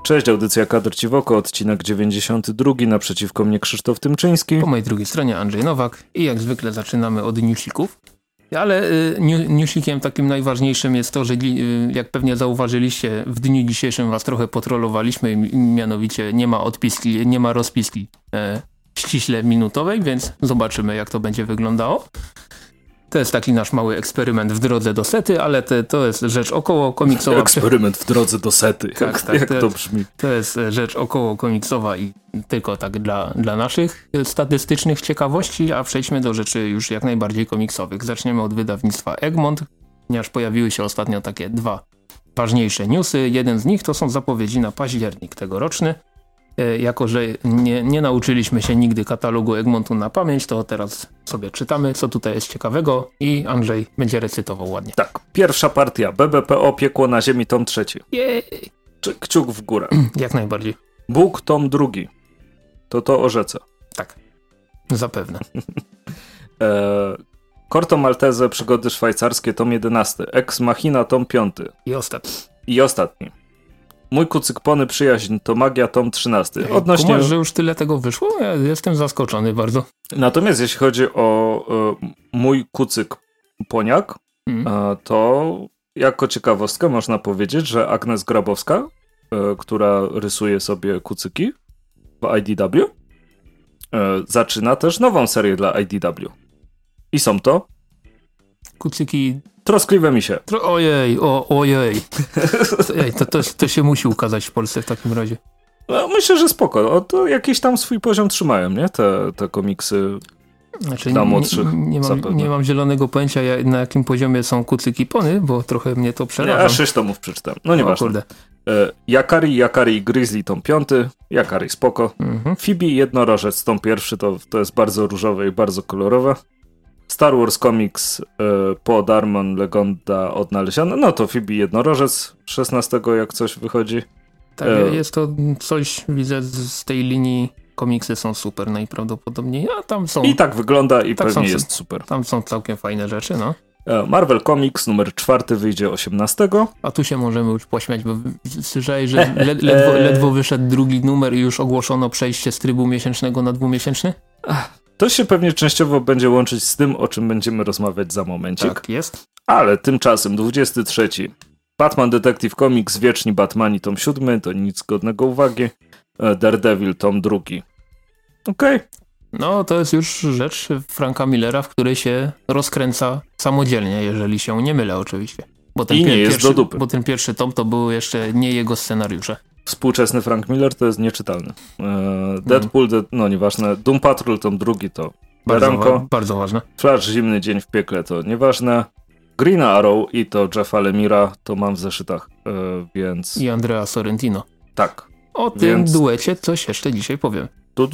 Cześć, audycja Kadr Ci w oko, odcinek 92, naprzeciwko mnie Krzysztof Tymczyński. Po mojej drugiej stronie Andrzej Nowak i jak zwykle zaczynamy od newsików. Ale newsikiem takim najważniejszym jest to, że jak pewnie zauważyliście, w dniu dzisiejszym was trochę potrollowaliśmy, mianowicie nie ma rozpiski ściśle minutowej, więc zobaczymy, jak to będzie wyglądało. To jest taki nasz mały eksperyment w drodze do sety, ale to jest rzecz około komiksowa. Eksperyment w drodze do sety. Tak, jak to brzmi. To jest rzecz około komiksowa i tylko tak dla naszych statystycznych ciekawości, a przejdźmy do rzeczy już jak najbardziej komiksowych. Zaczniemy od wydawnictwa Egmont, ponieważ pojawiły się ostatnio takie dwa ważniejsze newsy. Jeden z nich to są zapowiedzi na październik tegoroczny. Jako że nie nauczyliśmy się nigdy katalogu Egmontu na pamięć, to teraz sobie czytamy, co tutaj jest ciekawego i Andrzej będzie recytował ładnie. Tak, pierwsza partia, BBPO, Piekło na ziemi, tom 3. Jej! Kciuk w górę. Jak najbardziej. Bóg, tom 2. To o rzece. Tak, zapewne. Corto Maltese, Przygody szwajcarskie, tom 11. Ex Machina, tom 5. I ostatni. Mój kucyk pony, przyjaźń to magia, tom 13. Kumasz, że już tyle tego wyszło? Ja jestem zaskoczony bardzo. Natomiast jeśli chodzi o mój kucyk poniak, to jako ciekawostkę można powiedzieć, że Agnes Grabowska, która rysuje sobie kucyki w IDW, zaczyna też nową serię dla IDW. I są to kucyki... Troskliwe misie. Ojej. To się musi ukazać w Polsce w takim razie. No, myślę, że spoko. To jakiś tam swój poziom trzymają, nie? Te komiksy dla młodszych. Nie mam zielonego pojęcia, na jakim poziomie są kucyki pony, bo trochę mnie to przeraża. Ja 6 tomów przeczytałem. No nieważne. Kurde. Yakari i Grizzly tom 5. Yakari spoko. Phoebe Jednorożec tom 1. To jest bardzo różowe i bardzo kolorowe. Star Wars Comics po Darman Legenda odnaleziona. No to Phoebe Jednorożec 16 jak coś wychodzi. Tak, jest to coś, widzę z tej linii, komiksy są super najprawdopodobniej, a tam są... I tak wygląda i tak pewnie jest super. Tam są całkiem fajne rzeczy, no. Marvel Comics numer 4 wyjdzie 18. A tu się możemy już pośmiać, bo słyszałeś, że ledwo wyszedł drugi numer i już ogłoszono przejście z trybu miesięcznego na dwumiesięczny? To się pewnie częściowo będzie łączyć z tym, o czym będziemy rozmawiać za momencik. Tak jest. Ale tymczasem 23. Batman Detective Comics, Wieczni Batmani tom 7, to nic godnego uwagi. Daredevil tom 2. Okej. No to jest już rzecz Franka Millera, w której się rozkręca samodzielnie, jeżeli się nie mylę oczywiście. Bo ten jest do dupy. Bo ten pierwszy tom to były jeszcze nie jego scenariusze. Współczesny Frank Miller to jest nieczytalny. Deadpool, no nieważne. Doom Patrol tom 2 to bardzo ważne. Flash, Zimny dzień w piekle to nieważne. Green Arrow i to Jeffa Lemira to mam w zeszytach, więc... I Andrea Sorrentino. Tak. O tym duecie coś jeszcze dzisiaj powiem. Tu.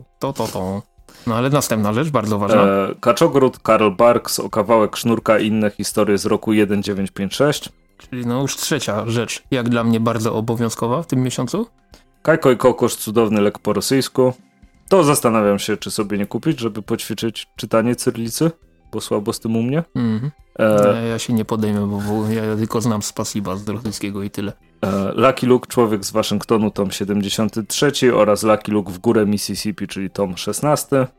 To. No ale następna rzecz, bardzo ważna. Kaczogród, Karl Barks, o kawałek sznurka i inne historie z roku 1956. Czyli no już trzecia rzecz, jak dla mnie bardzo obowiązkowa w tym miesiącu. Kajko i Kokosz, cudowny lek po rosyjsku. To zastanawiam się, czy sobie nie kupić, żeby poćwiczyć czytanie cyrylicy, bo słabo z tym u mnie. Ja się nie podejmę, bo ja tylko znam Spasiba z rosyjskiego i tyle. Lucky Luke, Człowiek z Waszyngtonu, tom 73 oraz Lucky Luke w górę Mississippi, czyli tom 16.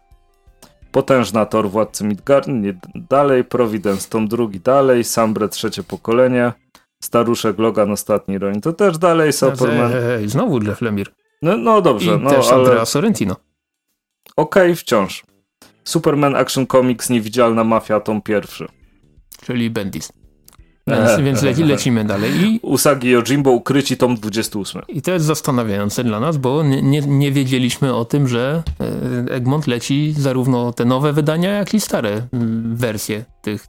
Potężna Thor, Władcy Midgard, dalej. Providence, tom 2, dalej. Sambre, trzecie pokolenie. Staruszek, Logan, ostatni Ronin, to też dalej. Superman. Znowu Jeff Lemire. No dobrze. I też Andrea Sorrentino. Okej, wciąż. Superman Action Comics, Niewidzialna Mafia, tom 1. Czyli Bendis. Więc lecimy dalej. Usagi Yojimbo, Ukryci, tom 28. I to jest zastanawiające dla nas, bo nie wiedzieliśmy o tym, że Egmont leci zarówno te nowe wydania, jak i stare wersje tych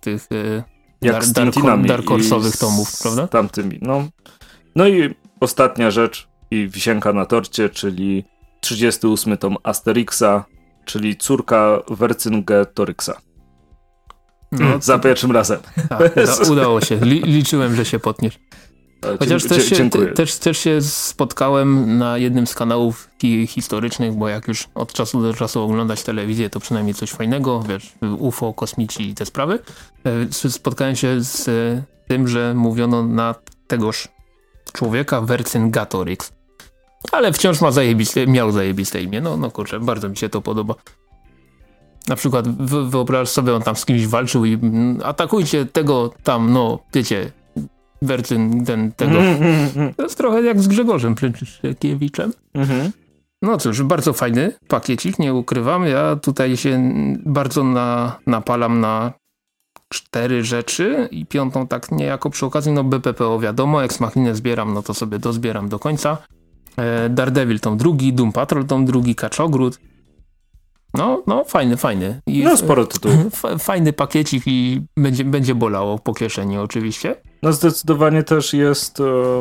Dark Horse'owych tomów, prawda? Tamtymi, no. No i ostatnia rzecz i wisienka na torcie, czyli 38 tom Asterixa, czyli córka Vercingetorix'a. Za pierwszym razem. Tak, udało się. Liczyłem, że się potniesz. Chociaż też się spotkałem na jednym z kanałów historycznych, bo jak już od czasu do czasu oglądać telewizję, to przynajmniej coś fajnego, wiesz, UFO, kosmici i te sprawy. Spotkałem się z tym, że mówiono na tegoż człowieka Vercingetorix. Ale wciąż miał zajebiste imię. No kurczę, bardzo mi się to podoba. Na przykład wyobraź sobie, on tam z kimś walczył i atakujcie tego tam, no wiecie, tego. To jest trochę jak z Grzegorzem Plęczykiewiczem. No cóż, bardzo fajny pakiecik, nie ukrywam. Ja tutaj się bardzo napalam na 4 rzeczy i 5 tak niejako przy okazji, no BPPO wiadomo, Ex Machinę zbieram, no to sobie dozbieram do końca. Daredevil tom 2, Doom Patrol tom 2, Kaczogród. No fajny. I no sporo tytułów. Fajny pakiecik i będzie bolało po kieszeni oczywiście. No zdecydowanie też jest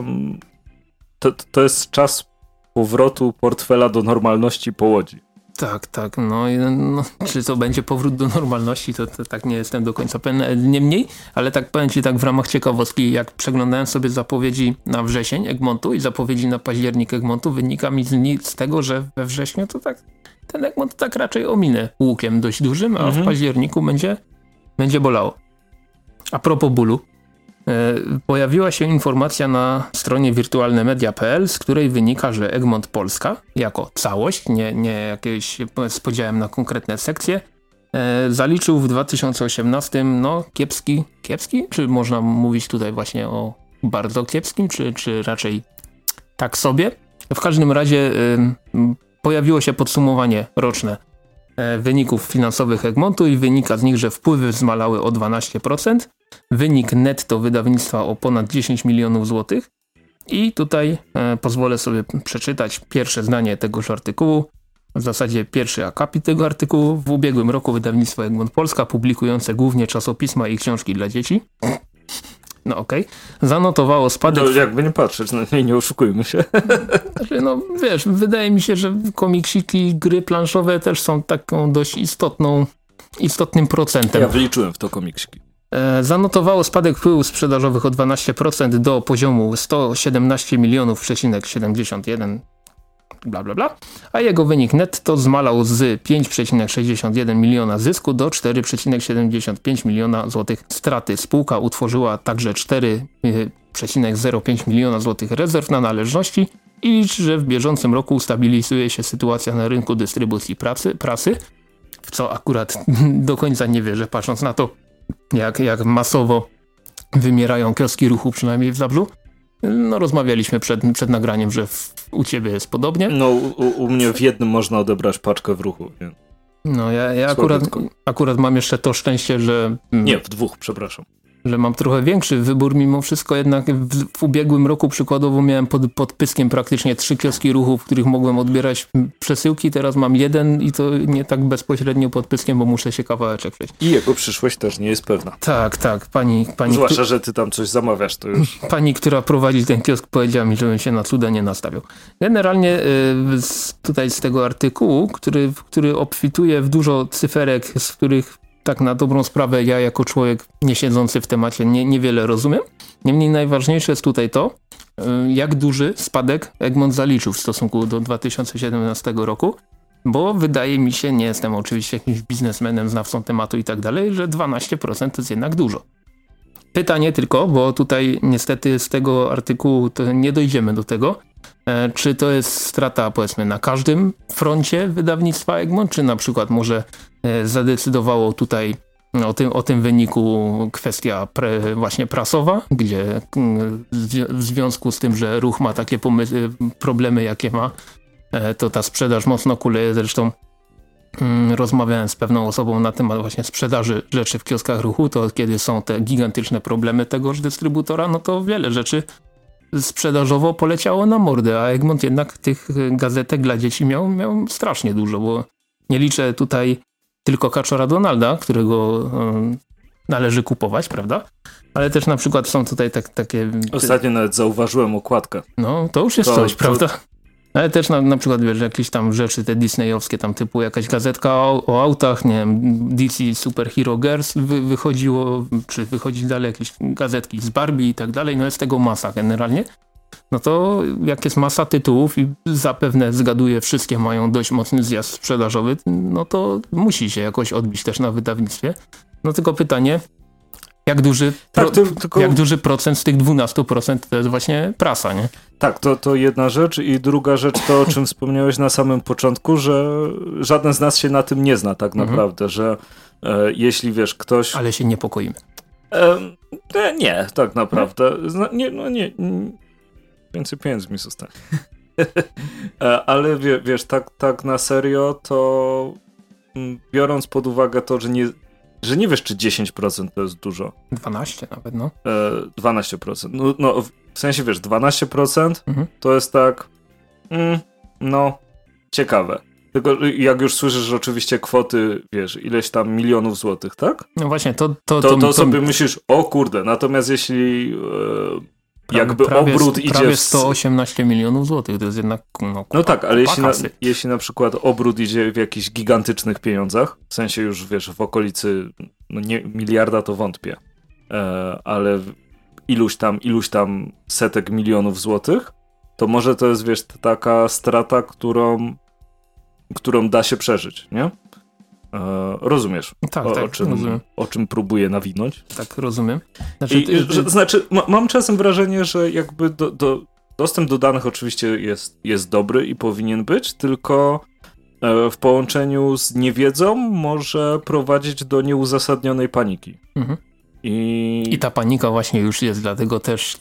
to jest czas powrotu portfela do normalności po Łodzi. Tak, no czy to będzie powrót do normalności, to tak nie jestem do końca pewien. Niemniej, ale tak powiem ci tak w ramach ciekawostki, jak przeglądałem sobie zapowiedzi na wrzesień Egmontu i zapowiedzi na październik Egmontu, wynika mi z tego, że we wrześniu to tak ten Egmont tak raczej ominę łukiem dość dużym, a w październiku będzie bolało. A propos bólu, pojawiła się informacja na stronie wirtualnemedia.pl, z której wynika, że Egmont Polska jako całość, nie jakieś z podziałem na konkretne sekcje, zaliczył w 2018 kiepski? Czy można mówić tutaj właśnie o bardzo kiepskim, czy raczej tak sobie? W każdym razie pojawiło się podsumowanie roczne wyników finansowych Egmontu i wynika z nich, że wpływy zmalały o 12%, wynik netto wydawnictwa o ponad 10 milionów złotych i tutaj pozwolę sobie przeczytać pierwsze zdanie tegoż artykułu, w zasadzie pierwszy akapit tego artykułu. W ubiegłym roku wydawnictwo Egmont Polska, publikujące głównie czasopisma i książki dla dzieci, no okej, zanotowało spadek... No jakby nie patrzeć, nie oszukujmy się. Znaczy, no wiesz, wydaje mi się, że komiksiki, gry planszowe też są taką dość istotnym procentem. Ja wyliczyłem w to komiksiki. Zanotowało spadek wpływów sprzedażowych o 12% do poziomu 117 miliony,71 bla bla bla, a jego wynik netto zmalał z 5,61 miliona zysku do 4,75 miliona złotych straty. Spółka utworzyła także 4,05 miliona złotych rezerw na należności i liczy, że w bieżącym roku ustabilizuje się sytuacja na rynku dystrybucji prasy, w co akurat do końca nie wierzę, patrząc na to, jak masowo wymierają kioski ruchu, przynajmniej w Zabrzu. No rozmawialiśmy przed nagraniem, że u ciebie jest podobnie. No u mnie w jednym można odebrać paczkę w ruchu. Nie? No ja akurat mam jeszcze to szczęście, że... Nie, w 2, przepraszam. Że mam trochę większy wybór mimo wszystko, jednak w ubiegłym roku przykładowo miałem pod pyskiem praktycznie 3 kioski ruchu, w których mogłem odbierać przesyłki, teraz mam 1 i to nie tak bezpośrednio pod pyskiem, bo muszę się kawałeczek przejść. I jego przyszłość też nie jest pewna. Tak, pani... Zwłaszcza, że ty tam coś zamawiasz, to już... Pani, która prowadzi ten kiosk, powiedziała mi, żebym się na cuda nie nastawiał. Generalnie tutaj z tego artykułu, który obfituje w dużo cyferek, z których tak na dobrą sprawę ja jako człowiek nie siedzący w temacie niewiele rozumiem. Niemniej najważniejsze jest tutaj to, jak duży spadek Egmont zaliczył w stosunku do 2017 roku, bo wydaje mi się, nie jestem oczywiście jakimś biznesmenem, znawcą tematu i tak dalej, że 12% to jest jednak dużo. Pytanie tylko, bo tutaj niestety z tego artykułu to nie dojdziemy do tego, czy to jest strata powiedzmy na każdym froncie wydawnictwa Egmont, czy na przykład może zadecydowało tutaj o tym wyniku kwestia właśnie prasowa, gdzie w związku z tym, że ruch ma takie problemy jakie ma, to ta sprzedaż mocno kuleje. Zresztą rozmawiałem z pewną osobą na temat właśnie sprzedaży rzeczy w kioskach ruchu, to kiedy są te gigantyczne problemy tegoż dystrybutora, no to wiele rzeczy sprzedażowo poleciało na mordę, a Egmont jednak tych gazetek dla dzieci miał strasznie dużo, bo nie liczę tutaj tylko Kaczora Donalda, którego należy kupować, prawda? Ale też na przykład są tutaj takie... Ostatnio nawet zauważyłem okładkę. No, to już jest coś, prawda? Ale też na przykład, wiesz, jakieś tam rzeczy te disneyowskie, tam typu jakaś gazetka o autach, nie wiem, DC Super Hero Girls wychodziło, czy wychodzi dalej jakieś gazetki z Barbie i tak dalej, no jest tego masa generalnie. No to jak jest masa tytułów i zapewne zgaduję, wszystkie mają dość mocny zjazd sprzedażowy, no to musi się jakoś odbić też na wydawnictwie. No tylko pytanie, jak duży procent z tych 12% to jest właśnie prasa, nie? Tak, to jedna rzecz i druga rzecz to, o czym wspomniałeś na samym początku, że żaden z nas się na tym nie zna tak naprawdę, że jeśli wiesz, ktoś... Ale się niepokoimy. Nie, tak naprawdę. Nie. Więcej pieniędzy mi zostanie. Ale wiesz, tak na serio, to biorąc pod uwagę to, że nie wiesz, czy 10% to jest dużo. 12 nawet, no. 12%. No, w sensie, wiesz, 12% to jest tak, ciekawe. Tylko jak już słyszysz, że oczywiście kwoty, wiesz, ileś tam milionów złotych, tak? No właśnie, to sobie myślisz, o kurde, natomiast jeśli jakby obrót idzie prawie 118 milionów złotych, to jest jednak no tak, ale jeśli na przykład obrót idzie w jakichś gigantycznych pieniądzach, w sensie już, wiesz, w okolicy nie miliarda to wątpię, ale iluś tam setek milionów złotych, to może to jest, wiesz, taka strata, którą da się przeżyć, nie? Rozumiesz? Tak, rozumiem. O czym próbuję nawinąć? Tak, rozumiem. Znaczy, mam czasem wrażenie, że jakby dostęp do danych oczywiście jest dobry i powinien być, tylko w połączeniu z niewiedzą może prowadzić do nieuzasadnionej paniki. I ta panika właśnie już jest, dlatego też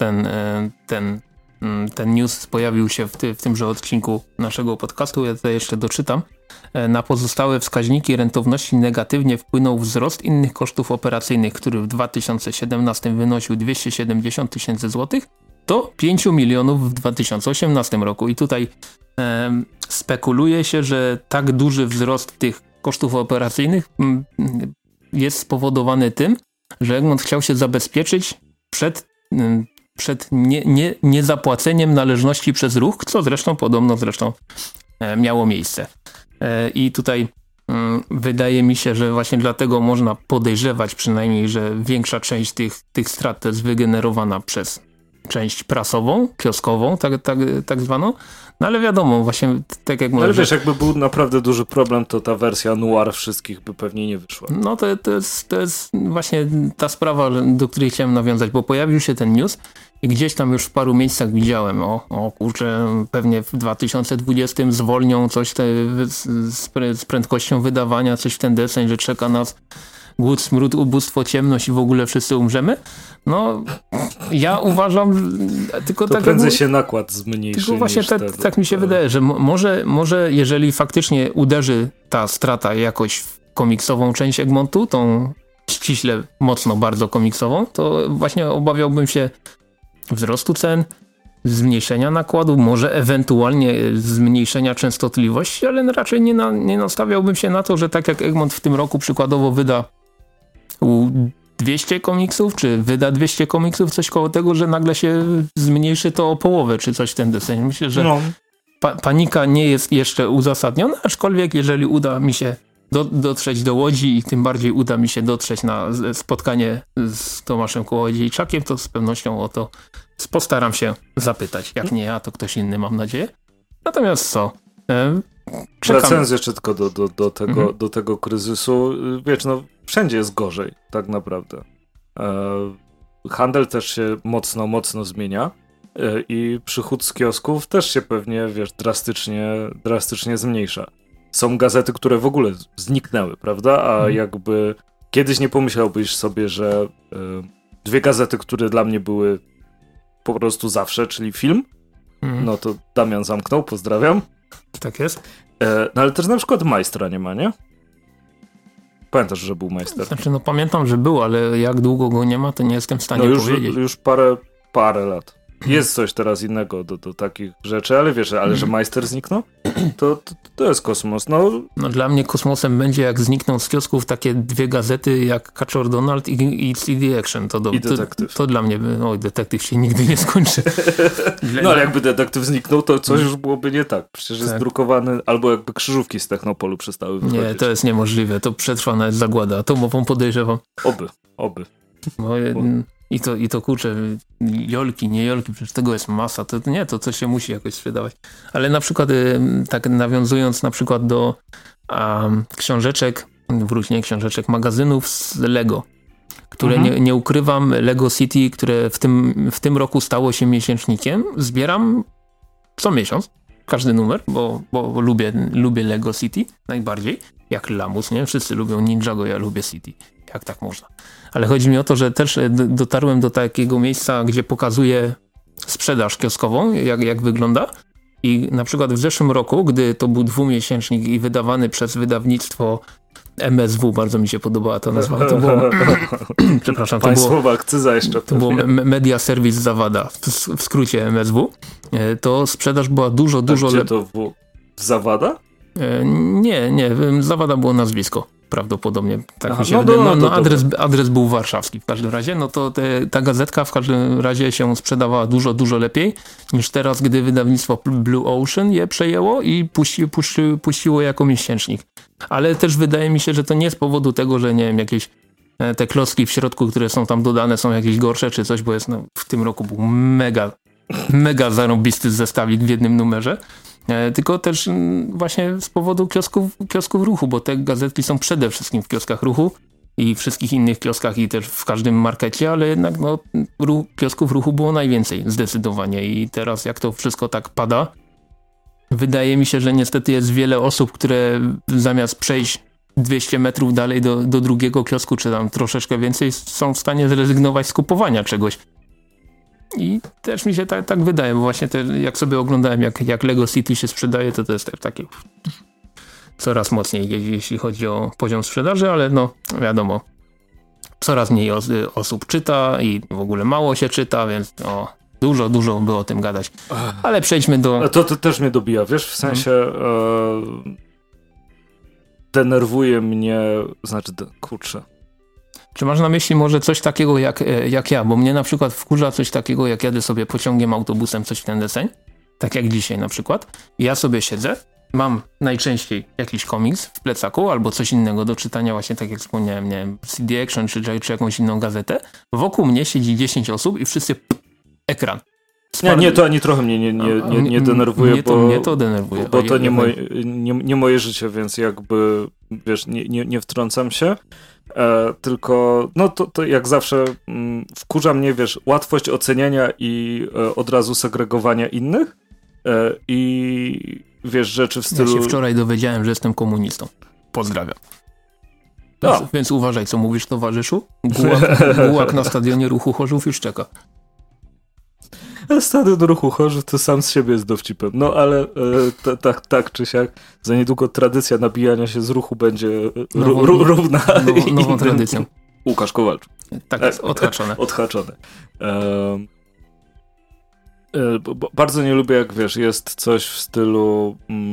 ten news pojawił się w tymże odcinku naszego podcastu. Ja tutaj jeszcze doczytam. Na pozostałe wskaźniki rentowności negatywnie wpłynął wzrost innych kosztów operacyjnych, który w 2017 wynosił 270 tysięcy złotych do 5 milionów w 2018 roku. I tutaj spekuluje się, że tak duży wzrost tych kosztów operacyjnych jest spowodowany tym, że Egmont chciał się zabezpieczyć przed niezapłaceniem należności przez ruch, co podobno miało miejsce. I tutaj wydaje mi się, że właśnie dlatego można podejrzewać przynajmniej, że większa część tych strat to jest wygenerowana przez część prasową, kioskową, tak zwaną. No ale wiadomo, właśnie tak jak mówię. Ale wiesz, jakby był naprawdę duży problem, to ta wersja noir wszystkich by pewnie nie wyszła. No to jest właśnie ta sprawa, do której chciałem nawiązać, bo pojawił się ten news i gdzieś tam już w paru miejscach widziałem, kurczę, pewnie w 2020 zwolnią coś z prędkością wydawania, coś w ten deseń, że czeka nas głód, smród, ubóstwo, ciemność i w ogóle wszyscy umrzemy. No, ja uważam, tylko to tak... prędzej się nakład zmniejszy. Tylko właśnie tak mi się wydaje, że może jeżeli faktycznie uderzy ta strata jakoś w komiksową część Egmontu, tą ściśle mocno bardzo komiksową, to właśnie obawiałbym się wzrostu cen, zmniejszenia nakładu, może ewentualnie zmniejszenia częstotliwości, ale raczej nie nastawiałbym się na to, że tak jak Egmont w tym roku przykładowo wyda 200 komiksów, czy wyda 200 komiksów, coś koło tego, że nagle się zmniejszy to o połowę, czy coś w ten deseń. Myślę, że panika nie jest jeszcze uzasadniona, aczkolwiek jeżeli uda mi się dotrzeć do Łodzi i tym bardziej uda mi się dotrzeć na spotkanie z Tomaszem Kołodziejczakiem, to z pewnością o to postaram się zapytać. Jak nie ja, to ktoś inny, mam nadzieję. Natomiast co? Wracając jeszcze tylko do tego kryzysu, wiesz, no wszędzie jest gorzej, tak naprawdę. Handel też się mocno zmienia i przychód z kiosków też się pewnie, wiesz, drastycznie zmniejsza. Są gazety, które w ogóle zniknęły, prawda? A jakby kiedyś nie pomyślałbyś sobie, że dwie gazety, które dla mnie były po prostu zawsze, czyli Film, no to Damian zamknął, pozdrawiam. Tak jest. No ale też na przykład Majstra nie ma, nie? Pamiętasz, że był Majster? Znaczy, no pamiętam, że był, ale jak długo go nie ma, to nie jestem w stanie powiedzieć. Już parę lat. Jest coś teraz innego do takich rzeczy, ale wiesz, że Majster zniknął? To jest kosmos. No dla mnie kosmosem będzie, jak znikną z kiosków takie dwie gazety jak Kaczor Donald i CD Action. I Detektyw. To dla mnie, Detektyw się nigdy nie skończy. No ale jakby Detektyw zniknął, to coś już byłoby nie tak. Przecież jest drukowany, albo jakby krzyżówki z Technopolu przestały wychodzić. Nie, to jest niemożliwe. To przetrwana jest zagłada atomową, podejrzewam. Oby. I to kurczę, jolki, nie jolki, przecież tego jest masa, to coś się musi jakoś sprzedawać. Ale na przykład tak nawiązując na przykład do książeczek, magazynów z Lego. które nie ukrywam, Lego City, które w tym roku stało się miesięcznikiem, zbieram co miesiąc. Każdy numer, bo lubię Lego City najbardziej. Jak lamus, nie? Wszyscy lubią Ninjago, ja lubię City. Jak tak można? Ale chodzi mi o to, że też dotarłem do takiego miejsca, gdzie pokazuję sprzedaż kioskową, jak wygląda. I na przykład w zeszłym roku, gdy to był 2-miesięcznik i wydawany przez wydawnictwo MSW, bardzo mi się podobała ta nazwa. To było, przepraszam, Państwowa akcyza jeszcze. To było Media Service Zawada, w skrócie MSW. To sprzedaż była dużo lepsza. To w Zawada? Nie, Zawada było nazwisko. Prawdopodobnie. Tak mi się wydaje. Adres był warszawski w każdym razie. No to ta gazetka w każdym razie się sprzedawała dużo lepiej niż teraz, gdy wydawnictwo Blue Ocean je przejęło i puściło jako miesięcznik. Ale też wydaje mi się, że to nie z powodu tego, że nie wiem, jakieś te klocki w środku, które są tam dodane, są jakieś gorsze czy coś, bo jest w tym roku był mega zarąbisty zestawik w jednym numerze. Tylko też właśnie z powodu kiosków ruchu, bo te gazetki są przede wszystkim w kioskach ruchu i wszystkich innych kioskach i też w każdym markecie, ale jednak kiosków ruchu było najwięcej zdecydowanie i teraz jak to wszystko tak pada, wydaje mi się, że niestety jest wiele osób, które zamiast przejść 200 metrów dalej do drugiego kiosku, czy tam troszeczkę więcej, są w stanie zrezygnować z kupowania czegoś. I też mi się tak wydaje, bo właśnie jak sobie oglądałem, jak Lego City się sprzedaje, to jest takie coraz mocniej, jeśli chodzi o poziom sprzedaży, ale no wiadomo, coraz mniej osób czyta i w ogóle mało się czyta, więc dużo by o tym gadać. Ale przejdźmy do... To też mnie dobija, wiesz, w sensie denerwuje mnie, kurczę. Czy masz na myśli może coś takiego jak ja? Bo mnie na przykład wkurza coś takiego, jak jadę sobie pociągiem, autobusem, coś w ten deseń. Tak jak dzisiaj na przykład. I ja sobie siedzę, mam najczęściej jakiś komiks w plecaku albo coś innego do czytania, właśnie tak jak wspomniałem, nie wiem, CD Action czy jakąś inną gazetę. Wokół mnie siedzi 10 osób i wszyscy ekran. Nie, to ani trochę mnie nie denerwuje, mnie to denerwuje. Bo to nie moje życie, więc jakby, wiesz, nie wtrącam się. Tylko, no to jak zawsze wkurza mnie, wiesz, łatwość oceniania i od razu segregowania innych i wiesz, rzeczy w stylu... Ja się wczoraj dowiedziałem, że jestem komunistą. Pozdrawiam. Więc uważaj, co mówisz, towarzyszu. Gułak na stadionie Ruchu Chorzów już czeka. Stadion Ruchu Chorzów to sam z siebie jest dowcipem. No ale tak czy siak, za niedługo tradycja nabijania się z ruchu będzie równa nową tradycją. Łukasz Kowalczuk. Tak jest, odhaczone. Odhaczone. Bardzo nie lubię, jak wiesz, jest coś w stylu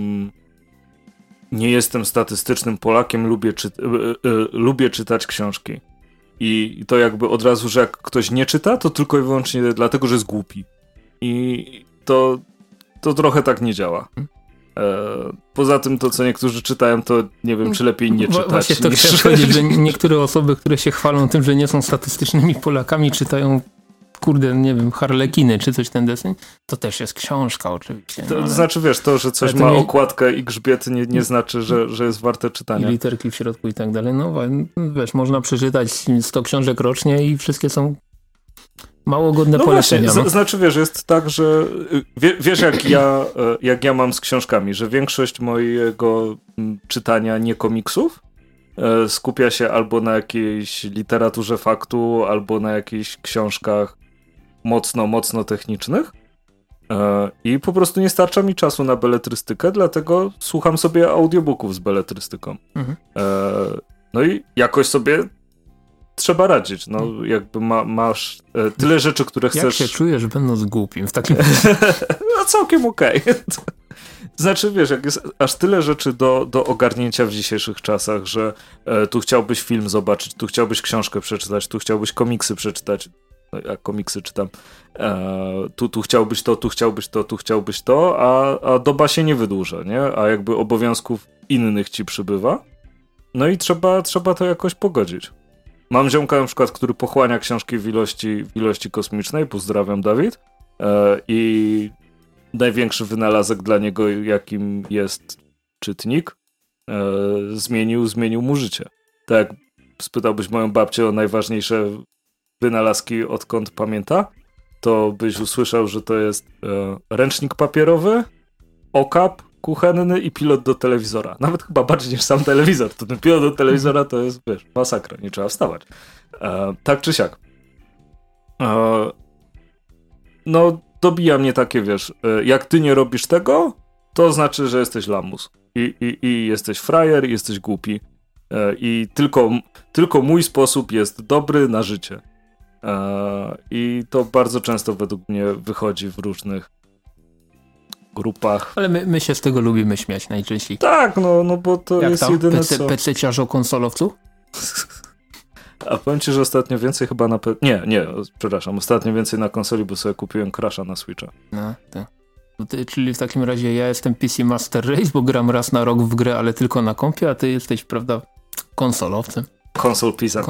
nie jestem statystycznym Polakiem, lubię czytać książki. I to jakby od razu, że jak ktoś nie czyta, to tylko i wyłącznie dlatego, że jest głupi. I to trochę tak nie działa. Poza tym to, co niektórzy czytają, to nie wiem, czy lepiej nie czytać. Właśnie to chciałem powiedzieć, że niektóre osoby, które się chwalą tym, że nie są statystycznymi Polakami, czytają nie wiem, Harlekiny czy coś ten deseń, to też jest książka oczywiście. To znaczy, wiesz, to, że coś ma okładkę i grzbiet nie znaczy, że jest warte czytania. I literki w środku i tak dalej. No wiesz, można przeczytać 100 książek rocznie i wszystkie są mało godne polecenia. Właśnie, znaczy, wiesz, jest tak, że wiesz jak ja mam z książkami, że większość mojego czytania nie komiksów skupia się albo na jakiejś literaturze faktu, albo na jakichś książkach mocno technicznych i po prostu nie starcza mi czasu na beletrystykę, dlatego słucham sobie audiobooków z beletrystyką. No i jakoś sobie trzeba radzić. No jakby masz tyle rzeczy, które chcesz... Jak się czujesz, będąc głupim w takim... No całkiem okej. Znaczy, wiesz, jak jest aż tyle rzeczy do ogarnięcia w dzisiejszych czasach, że tu chciałbyś film zobaczyć, tu chciałbyś książkę przeczytać, tu chciałbyś komiksy przeczytać, no, jak komiksy czytam, tu chciałbyś to, tu chciałbyś to, a doba się nie wydłuża, nie? A jakby obowiązków innych ci przybywa. No i trzeba to jakoś pogodzić. Mam ziomka na przykład, który pochłania książki w ilości kosmicznej, pozdrawiam Dawid, i największy wynalazek dla niego, jakim jest czytnik, zmienił mu życie. Tak, spytałbyś moją babcię o najważniejsze wynalazki, odkąd pamięta, to byś usłyszał, że to jest ręcznik papierowy, okap kuchenny i pilot do telewizora. Nawet chyba bardziej niż sam telewizor. To ten pilot do telewizora to jest, wiesz, masakra, nie trzeba wstawać. Tak czy siak. No, dobija mnie takie, wiesz, jak ty nie robisz tego, to znaczy, że jesteś lamus. I jesteś frajer, i jesteś głupi. I tylko mój sposób jest dobry na życie. I to bardzo często według mnie wychodzi w różnych grupach. Ale my się z tego lubimy śmiać najczęściej. Tak, no bo to jak jest tam? jedyne PC-ciarzo konsolowcu? A powiem ci, że ostatnio więcej chyba na... przepraszam, ostatnio więcej na konsoli, bo sobie kupiłem Crasha na Switcha. No, tak. Czyli w takim razie ja jestem PC Master Race, bo gram raz na rok w grę, ale tylko na kompie, a ty jesteś, prawda, konsolowcem. Konsol pisant.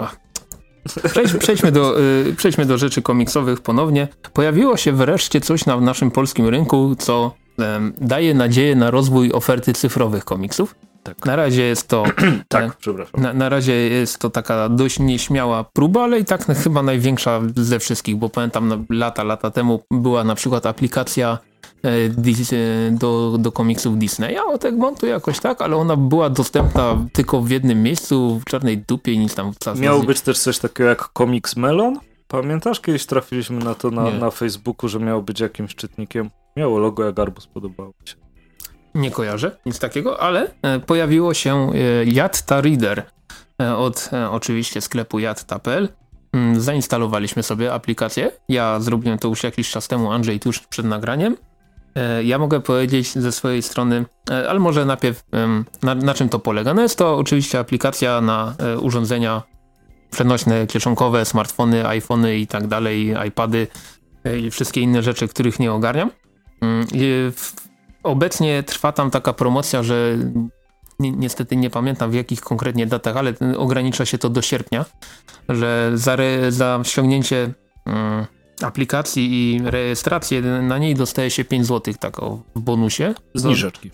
Przejdźmy do rzeczy komiksowych ponownie. Pojawiło się wreszcie coś na naszym polskim rynku, co daje nadzieję na rozwój oferty cyfrowych komiksów. Tak. Na razie jest to przepraszam. Na razie jest to taka dość nieśmiała próba, ale i tak chyba największa ze wszystkich, bo pamiętam lata temu była na przykład aplikacja do komiksów Disneya od Egmontu jakoś tak, ale ona była dostępna tylko w jednym miejscu, w czarnej dupie i nic tam. Miało być też coś takiego jak Comics Melon? Pamiętasz? Kiedyś trafiliśmy na to na Facebooku, że miało być jakimś czytnikiem. Miało logo jak arbuz, podobało mi się. Nie kojarzę, nic takiego, ale pojawiło się Yatta Reader od oczywiście sklepu yatta.pl. Zainstalowaliśmy sobie aplikację. Ja zrobiłem to już jakiś czas temu, Andrzej tuż przed nagraniem. Ja mogę powiedzieć ze swojej strony, ale może najpierw na czym to polega. No jest to oczywiście aplikacja na urządzenia przenośne, kieszonkowe, smartfony, iPhony i tak dalej, iPady i wszystkie inne rzeczy, których nie ogarniam. Obecnie trwa tam taka promocja, że niestety nie pamiętam w jakich konkretnie datach, ale ogranicza się to do sierpnia, że za ściągnięcie aplikacji i rejestrację na niej dostaje się 5 zł tak w bonusie. Zniżeczki.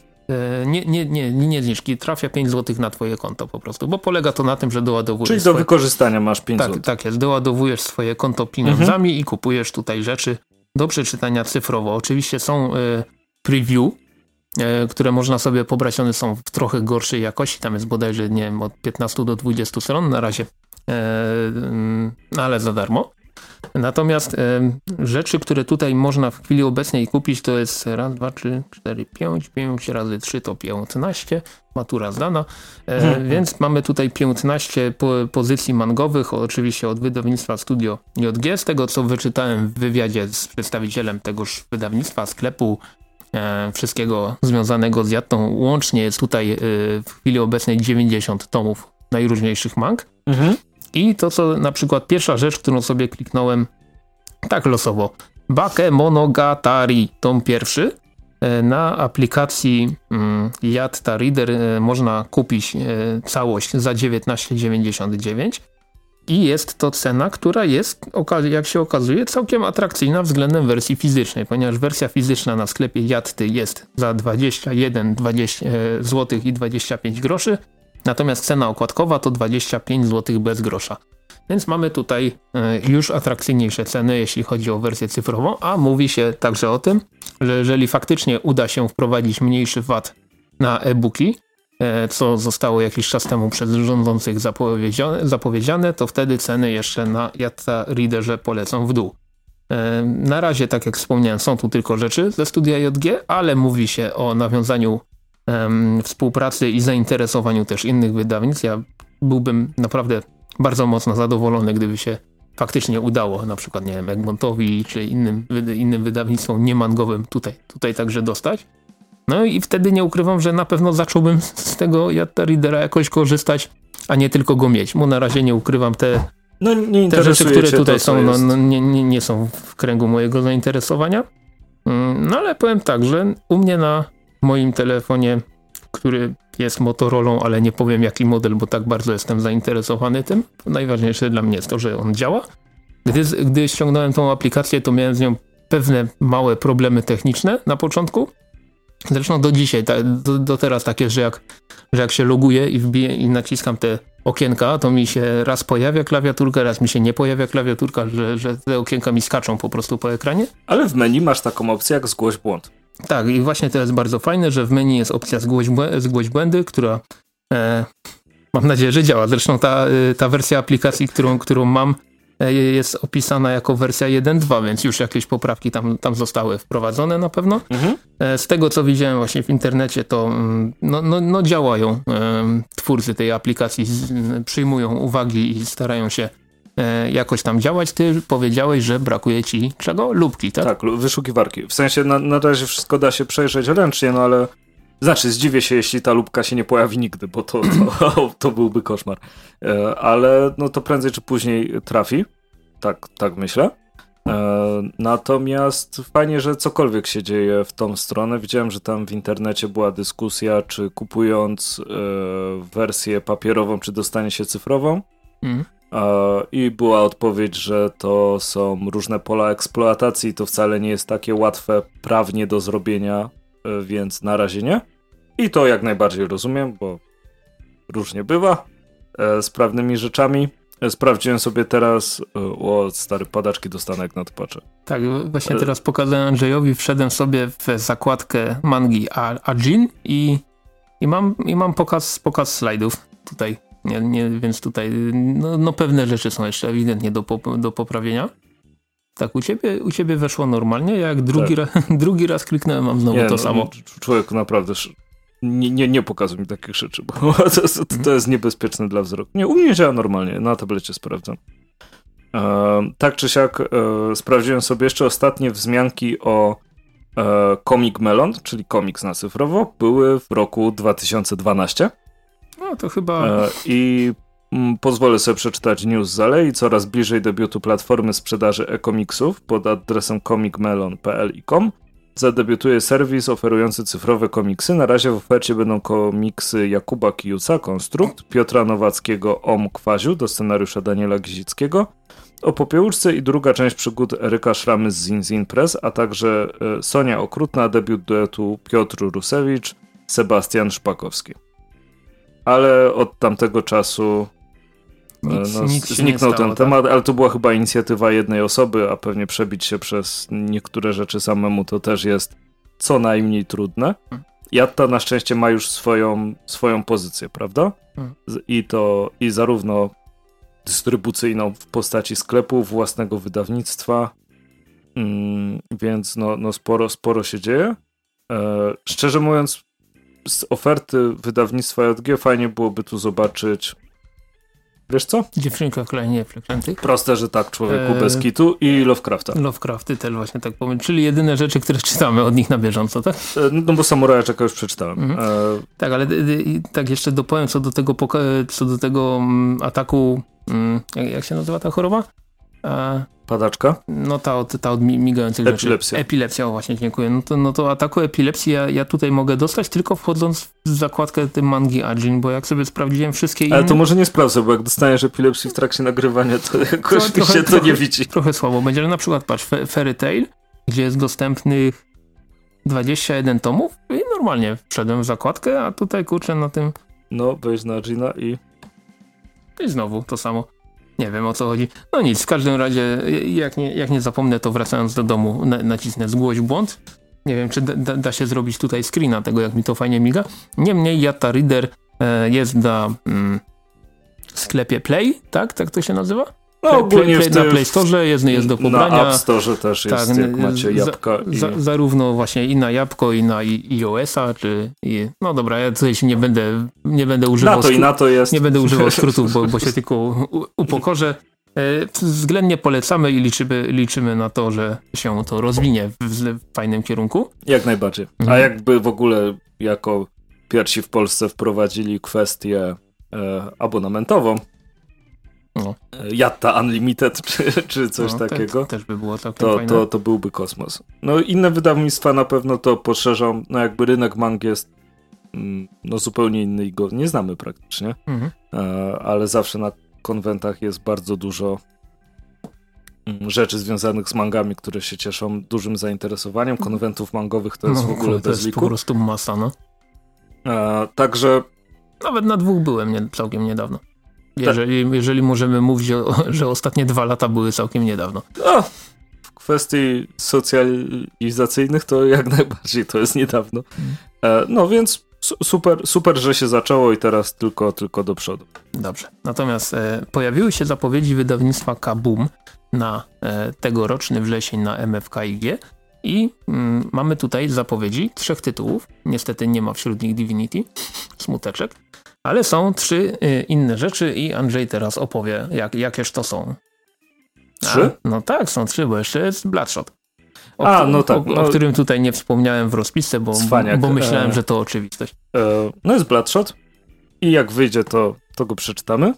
Nie zniżki, trafia 5 zł na twoje konto po prostu, bo polega to na tym, że doładowujesz... Czyli do wykorzystania masz 5 zł. Tak jest, doładowujesz swoje konto pieniądzami i kupujesz tutaj rzeczy do przeczytania cyfrowo. Oczywiście są preview, które można sobie pobrać, one są w trochę gorszej jakości, tam jest bodajże, nie wiem, od 15 do 20 stron na razie, ale za darmo. Natomiast rzeczy, które tutaj można w chwili obecnej kupić, to jest raz, 2, 3, 4, 5 razy 3 to 15, matura zdana, więc mamy tutaj 15 pozycji mangowych, oczywiście od wydawnictwa Studio JG. Z tego co wyczytałem w wywiadzie z przedstawicielem tegoż wydawnictwa, sklepu, wszystkiego związanego z Yattą, łącznie jest tutaj w chwili obecnej 90 tomów najróżniejszych mang. I to co na przykład pierwsza rzecz, którą sobie kliknąłem tak losowo, Bakemonogatari, tom pierwszy. Na aplikacji Yatta Reader można kupić całość za 19,99 i jest to cena, która jest, jak się okazuje, całkiem atrakcyjna względem wersji fizycznej, ponieważ wersja fizyczna na sklepie Yatty jest za 21 zł i 25 groszy, natomiast cena okładkowa to 25 zł bez grosza. Więc mamy tutaj już atrakcyjniejsze ceny, jeśli chodzi o wersję cyfrową, a mówi się także o tym, że jeżeli faktycznie uda się wprowadzić mniejszy VAT na e-booki, co zostało jakiś czas temu przez rządzących zapowiedziane, to wtedy ceny jeszcze na Yatta Readerze polecą w dół. Na razie, tak jak wspomniałem, są tu tylko rzeczy ze studia JG, ale mówi się o nawiązaniu współpracy i zainteresowaniu też innych wydawnictw. Ja byłbym naprawdę bardzo mocno zadowolony, gdyby się faktycznie udało, na przykład, nie wiem, Egmontowi czy innym wydawnictwom niemangowym tutaj także dostać. No i wtedy nie ukrywam, że na pewno zacząłbym z tego Yatta Readera jakoś korzystać, a nie tylko go mieć. Bo na razie nie ukrywam, te rzeczy, które tutaj są, nie są w kręgu mojego zainteresowania. No ale powiem tak, że u mnie na moim telefonie, który jest Motorolą, ale nie powiem jaki model, bo tak bardzo jestem zainteresowany tym. Najważniejsze dla mnie jest to, że on działa. Gdy ściągnąłem tą aplikację, to miałem z nią pewne małe problemy techniczne na początku. Zresztą do dzisiaj, do teraz takie, że jak się loguję i wbiję i naciskam te okienka, to mi się raz pojawia klawiaturka, raz mi się nie pojawia klawiaturka, że te okienka mi skaczą po prostu po ekranie. Ale w menu masz taką opcję jak zgłoś błąd. Tak, i właśnie to jest bardzo fajne, że w menu jest opcja zgłoś błędy, która mam nadzieję, że działa. Zresztą ta wersja aplikacji, którą mam, jest opisana jako wersja 1.2, więc już jakieś poprawki tam zostały wprowadzone na pewno. Z tego, co widziałem właśnie w internecie, to no działają. Twórcy tej aplikacji przyjmują uwagi i starają się jakoś tam działać. Ty powiedziałeś, że brakuje ci czego? Lubki, tak? Tak, wyszukiwarki. W sensie na razie wszystko da się przejrzeć ręcznie, no ale znaczy zdziwię się, jeśli ta lubka się nie pojawi nigdy, bo to byłby koszmar. Ale no to prędzej czy później trafi. Tak myślę. Natomiast fajnie, że cokolwiek się dzieje w tą stronę. Widziałem, że tam w internecie była dyskusja, czy kupując wersję papierową, czy dostanie się cyfrową. I była odpowiedź, że to są różne pola eksploatacji, to wcale nie jest takie łatwe prawnie do zrobienia, więc na razie nie. I to jak najbardziej rozumiem, bo różnie bywa z prawnymi rzeczami. Sprawdziłem sobie teraz, stary, padaczki dostanę jak na to patrzę. Tak, właśnie teraz pokazałem Andrzejowi, wszedłem sobie w zakładkę mangi Ajin i mam pokaz slajdów tutaj. Więc tutaj no pewne rzeczy są jeszcze ewidentnie do poprawienia. Tak, u ciebie weszło normalnie, jak drugi raz kliknąłem, mam znowu to samo. Człowiek naprawdę nie pokazuj mi takich rzeczy, bo to jest niebezpieczne dla wzroku. Nie, u mnie działa normalnie, na tablecie sprawdzam. Tak czy siak sprawdziłem sobie jeszcze ostatnie wzmianki o Comic Melon, czyli komiks na cyfrowo, były w roku 2012. No to chyba... I pozwolę sobie przeczytać news z Alei. Coraz bliżej debiutu platformy sprzedaży e-komiksów pod adresem comicmelon.pl i .com zadebiutuje serwis oferujący cyfrowe komiksy. Na razie w ofercie będą komiksy Jakuba Kijuca, Konstrukt, Piotra Nowackiego, Om Kwaziu do scenariusza Daniela Gizickiego, o Popiełuszce i druga część przygód Eryka Szramy z Zin Press, a także Sonia Okrutna, debiut duetu Piotr Rusewicz, Sebastian Szpakowski. Ale od tamtego czasu zniknął ten temat, ale to była chyba inicjatywa jednej osoby, a pewnie przebić się przez niektóre rzeczy samemu to też jest co najmniej trudne. Yatta na szczęście ma już swoją pozycję, prawda? I zarówno dystrybucyjną w postaci sklepu, własnego wydawnictwa, więc no sporo się dzieje. Szczerze mówiąc, z oferty wydawnictwa JG fajnie byłoby tu zobaczyć, wiesz co? Dziewczynka w krainie przeklętych. Proste, że tak, człowieku bez kitu i Lovecrafta. Lovecrafty też właśnie tak powiem, czyli jedyne rzeczy, które czytamy od nich na bieżąco, tak? No bo Samuraja Jacka już przeczytałem. Tak, ale tak jeszcze dopowiem co do tego ataku, jak się nazywa ta choroba? Padaczka? No ta od migających Epilepsja. rzeczy. Epilepsja, o właśnie, dziękuję. No to ataku epilepsji ja tutaj mogę dostać tylko wchodząc w zakładkę tym mangi Ajin, bo jak sobie sprawdziłem wszystkie inne... Ale to może nie sprawdzę, bo jak dostaniesz epilepsji w trakcie nagrywania, to jakoś mi się to nie widzi. Trochę słabo będzie, ale na przykład patrz, Fairy Tail, gdzie jest dostępnych 21 tomów i normalnie wszedłem w zakładkę, a tutaj kurczę na tym... No, wejdź na Ajina i znowu to samo. Nie wiem o co chodzi. No nic, w każdym razie jak nie zapomnę, to wracając do domu nacisnę zgłoś błąd. Nie wiem, czy da się zrobić tutaj screena tego, jak mi to fajnie miga. Niemniej Yatta Reader jest na sklepie Play, tak? Tak to się nazywa? No ogólnie na Play Store jest do pobrania. Na App Store też jest, tak, jak macie jabłka. Zarówno właśnie i na jabłko, i na iOS-a, no dobra, ja tutaj się nie będę używał na to jest. Nie będę używał skrótów, bo się tylko upokorzę. Względnie polecamy i liczymy na to, że się to rozwinie w fajnym kierunku. Jak najbardziej. A jakby w ogóle jako pierwsi w Polsce wprowadzili kwestię abonamentową, Yatta Unlimited czy coś takiego, też by było całkiem to byłby kosmos. No inne wydawnictwa na pewno to poszerzą, no jakby rynek mang jest zupełnie inny i go nie znamy praktycznie, ale zawsze na konwentach jest bardzo dużo rzeczy związanych z mangami, które się cieszą dużym zainteresowaniem. Konwentów mangowych to jest w ogóle bez liku. To jest po prostu masa, no. Także... Nawet na 2 byłem całkiem niedawno. Jeżeli możemy mówić, że ostatnie 2 lata były całkiem niedawno. No, w kwestii socjalizacyjnych to jak najbardziej to jest niedawno. No więc super, że się zaczęło i teraz tylko do przodu. Dobrze. Natomiast pojawiły się zapowiedzi wydawnictwa Kaboom na tegoroczny wrzesień na MFKiG i mamy tutaj zapowiedzi 3 tytułów. Niestety nie ma wśród nich Divinity, smuteczek, ale są 3 inne rzeczy i Andrzej teraz opowie, jakież to są. 3? No tak, są 3, bo jeszcze jest Bloodshot. O którym tutaj nie wspomniałem w rozpisce, bo myślałem, że to oczywistość. No jest Bloodshot i jak wyjdzie, to go przeczytamy.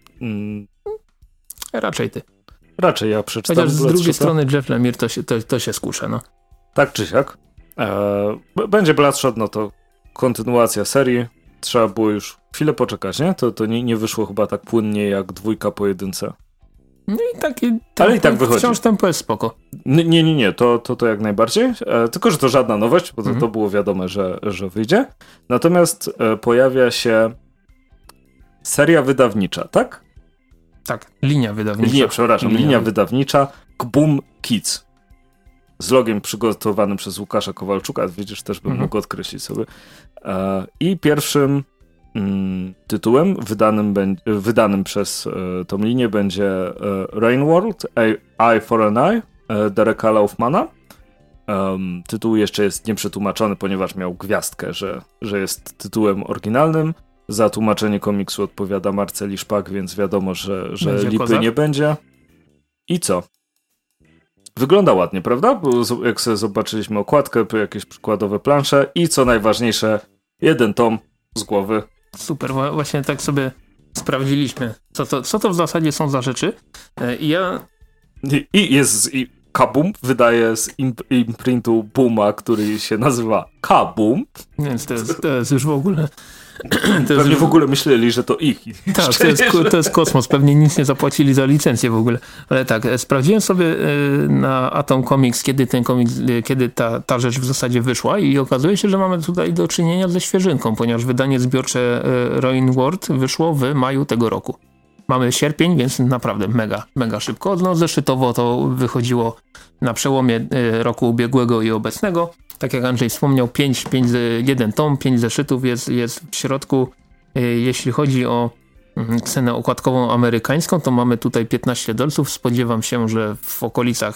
Raczej ty. Raczej ja przeczytam. Chociaż z drugiej strony Jeff Lemire to się skuszę, no. Tak czy siak. Będzie Bloodshot, no to kontynuacja serii. Trzeba było już chwilę poczekać, nie? To nie wyszło chyba tak płynnie jak 2 po 1. No i ale i tak wychodzi. Wciąż tempo jest spoko. Nie, to jak najbardziej. Tylko, że to żadna nowość, bo to było wiadome, że wyjdzie. Natomiast pojawia się seria wydawnicza, tak? Tak, linia wydawnicza. Linia wydawnicza Kaboom Kids. Z logiem przygotowanym przez Łukasza Kowalczuka, widzisz, też bym mógł odkreślić sobie. I pierwszym tytułem wydanym przez tą linię będzie Rain World, Eye for an Eye, Dereka Laufmana. Tytuł jeszcze jest nieprzetłumaczony, ponieważ miał gwiazdkę, że jest tytułem oryginalnym. Za tłumaczenie komiksu odpowiada Marceli Szpak, więc wiadomo, że lipy kozak nie będzie. I co? Wygląda ładnie, prawda? Bo jak sobie zobaczyliśmy okładkę, jakieś przykładowe plansze i co najważniejsze, 1 tom z głowy. Super, właśnie tak sobie sprawdziliśmy, co to w zasadzie są za rzeczy. I Kaboom wydaje z imprintu Booma, który się nazywa Kaboom. Więc to jest już w ogóle... Pewnie w ogóle myśleli, że to ich. Tak, to jest kosmos. Pewnie nic nie zapłacili za licencję w ogóle. Ale tak, sprawdziłem sobie na Atom Comics, kiedy ta rzecz w zasadzie wyszła i okazuje się, że mamy tutaj do czynienia ze świeżynką, ponieważ wydanie zbiorcze Rain World wyszło w maju tego roku. Mamy sierpień, więc naprawdę mega szybko. No zeszytowo to wychodziło na przełomie roku ubiegłego i obecnego. Tak jak Andrzej wspomniał, 1 tom, 5 zeszytów jest w środku. Jeśli chodzi o cenę okładkową amerykańską, to mamy tutaj $15. Spodziewam się, że w okolicach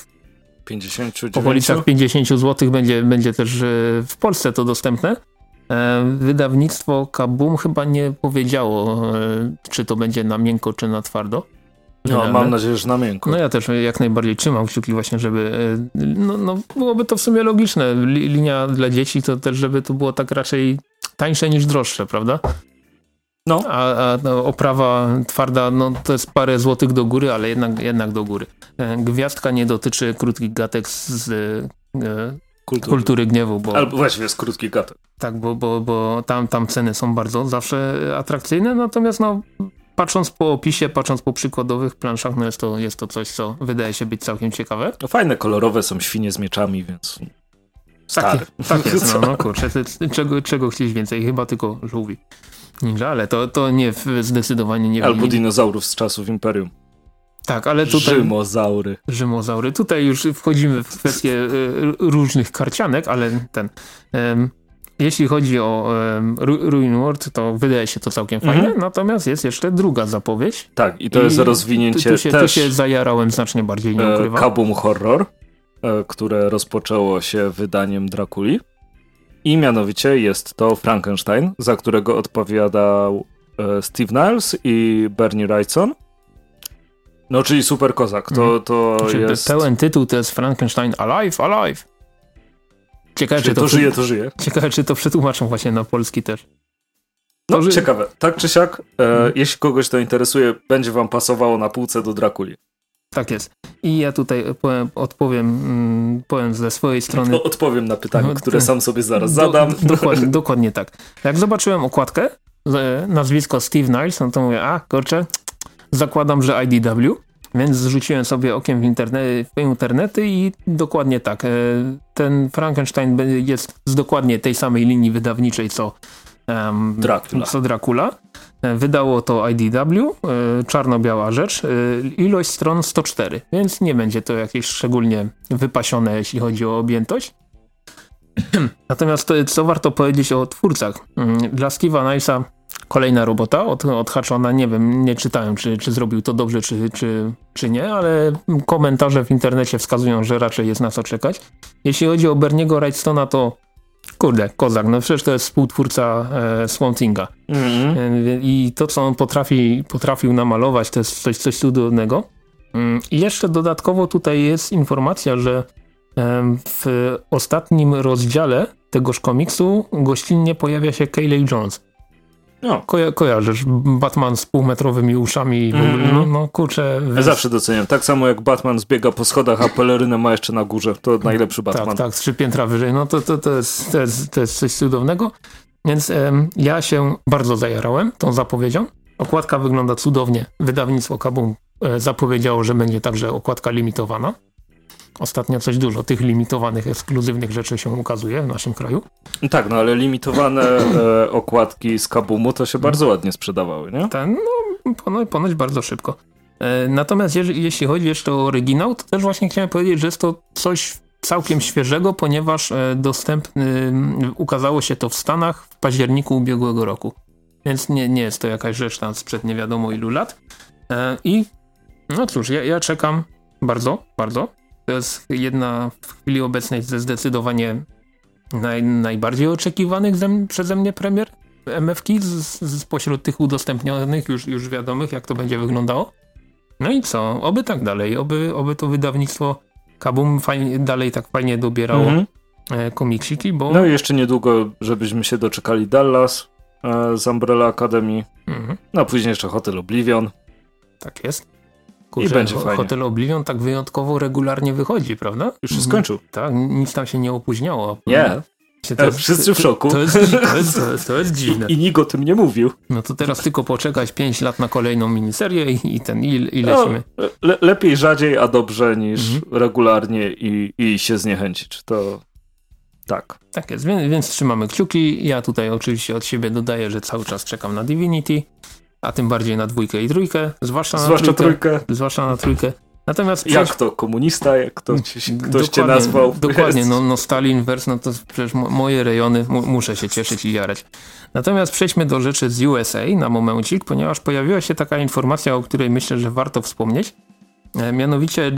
50 zł będzie też w Polsce to dostępne. Wydawnictwo Kaboom chyba nie powiedziało, czy to będzie na miękko, czy na twardo. No, mam nadzieję, że na miękko. No ja też jak najbardziej trzymam kciuki właśnie, żeby no byłoby to w sumie logiczne. Linia dla dzieci to też, żeby to było tak raczej tańsze niż droższe, prawda? No. A oprawa twarda, no to jest parę złotych do góry, ale jednak do góry. Gwiazdka nie dotyczy krótkich gatek z kultury gniewu. Albo właściwie jest krótki gatek. Tak, bo tam ceny są bardzo zawsze atrakcyjne, natomiast no patrząc po opisie, patrząc po przykładowych planszach, no jest to coś, co wydaje się być całkiem ciekawe. No fajne, kolorowe są świnie z mieczami, więc... Tak jest, no kurczę, czego chcieć więcej? Chyba tylko żółwi ninja, ale to nie, zdecydowanie nie... Albo dinozaurów z czasów Imperium. Tak, ale tutaj... Rzymozaury. Tutaj już wchodzimy w kwestię różnych karcianek, ale jeśli chodzi o Ruin World, to wydaje się to całkiem fajne, natomiast jest jeszcze druga zapowiedź. Tak, i to jest rozwinięcie tu się zajarałem znacznie bardziej, nie ukrywam. Kaboom Horror, które rozpoczęło się wydaniem Drakuli. I mianowicie jest to Frankenstein, za którego odpowiadał Steve Niles i Bernie Wrightson. No, czyli super kozak. To jest... Pełen tytuł to jest Frankenstein Alive. Ciekawe, czy to żyje. Ciekawe, czy to przetłumaczą właśnie na polski też. No, ciekawe. Tak czy siak, jeśli kogoś to interesuje, będzie wam pasowało na półce do Drakuli. Tak jest. I ja tutaj powiem ze swojej strony... Odpowiem na pytanie, które sam sobie zaraz zadam. Dokładnie tak. Jak zobaczyłem okładkę, nazwisko Steve Niles, no to mówię, kurczę, zakładam, że IDW, więc zrzuciłem sobie okiem w internety i dokładnie tak. Ten Frankenstein jest z dokładnie tej samej linii wydawniczej, co co Dracula. Wydało to IDW, czarno-biała rzecz, ilość stron 104, więc nie będzie to jakieś szczególnie wypasione, jeśli chodzi o objętość. Natomiast co warto powiedzieć o twórcach. Dla Steve'a Nilesa kolejna robota odhaczona, nie wiem, nie czytałem, czy zrobił to dobrze, czy nie, ale komentarze w internecie wskazują, że raczej jest na co czekać. Jeśli chodzi o Berniego Wrightstona, to kurde, kozak, no przecież to jest współtwórca Swamp Thinga. I to, co on potrafił namalować, to jest coś cudownego. I jeszcze dodatkowo tutaj jest informacja, że w ostatnim rozdziale tegoż komiksu gościnnie pojawia się Kayleigh Jones. No. Kojarzysz, Batman z półmetrowymi uszami i w ogóle, no kurczę. Ja zawsze doceniam. Tak samo jak Batman zbiega po schodach, a pelerynę ma jeszcze na górze. To najlepszy Batman. Tak, 3 piętra wyżej. No to jest coś cudownego. Więc ja się bardzo zajarałem tą zapowiedzią. Okładka wygląda cudownie. Wydawnictwo Kaboom zapowiedziało, że będzie także okładka limitowana. Ostatnio coś dużo tych limitowanych, ekskluzywnych rzeczy się ukazuje w naszym kraju. Tak, no ale limitowane okładki z Kaboomu to się bardzo ładnie sprzedawały, nie? Tak, no ponoć bardzo szybko. Natomiast jeśli chodzi jeszcze o oryginał, to też właśnie chciałem powiedzieć, że jest to coś całkiem świeżego, ponieważ ukazało się to w Stanach w październiku ubiegłego roku. Więc nie jest to jakaś rzecz tam sprzed nie wiadomo ilu lat. I no cóż, ja czekam bardzo, bardzo. To jest jedna w chwili obecnej ze zdecydowanie najbardziej oczekiwanych przeze mnie premier MFK spośród tych udostępnionych już wiadomych, jak to będzie wyglądało. No i co? Oby tak dalej. Oby to wydawnictwo Kaboom dalej tak fajnie dobierało komiksiki, bo... No i jeszcze niedługo, żebyśmy się doczekali Dallas z Umbrella Academy. No a później jeszcze Hotel Oblivion. Tak jest. I będzie fajnie. Hotel Oblivion tak wyjątkowo regularnie wychodzi, prawda? Już się skończył. Tak, nic tam się nie opóźniło. Nie. Wszyscy w szoku. To jest dziwne. I nikt o tym nie mówił. No to teraz tylko poczekać 5 lat na kolejną miniserię i lecimy. Lepiej rzadziej, a dobrze niż regularnie i się zniechęcić. To tak. Tak jest, więc trzymamy kciuki. Ja tutaj oczywiście od siebie dodaję, że cały czas czekam na Divinity. A tym bardziej na 2 i 3, zwłaszcza na 3. Natomiast jak to komunista, jak to ktoś cię nazwał. Dokładnie, no Stalinverse, no to przecież moje rejony, muszę się cieszyć i jarać. Natomiast przejdźmy do rzeczy z USA na momencik, ponieważ pojawiła się taka informacja, o której myślę, że warto wspomnieć. Mianowicie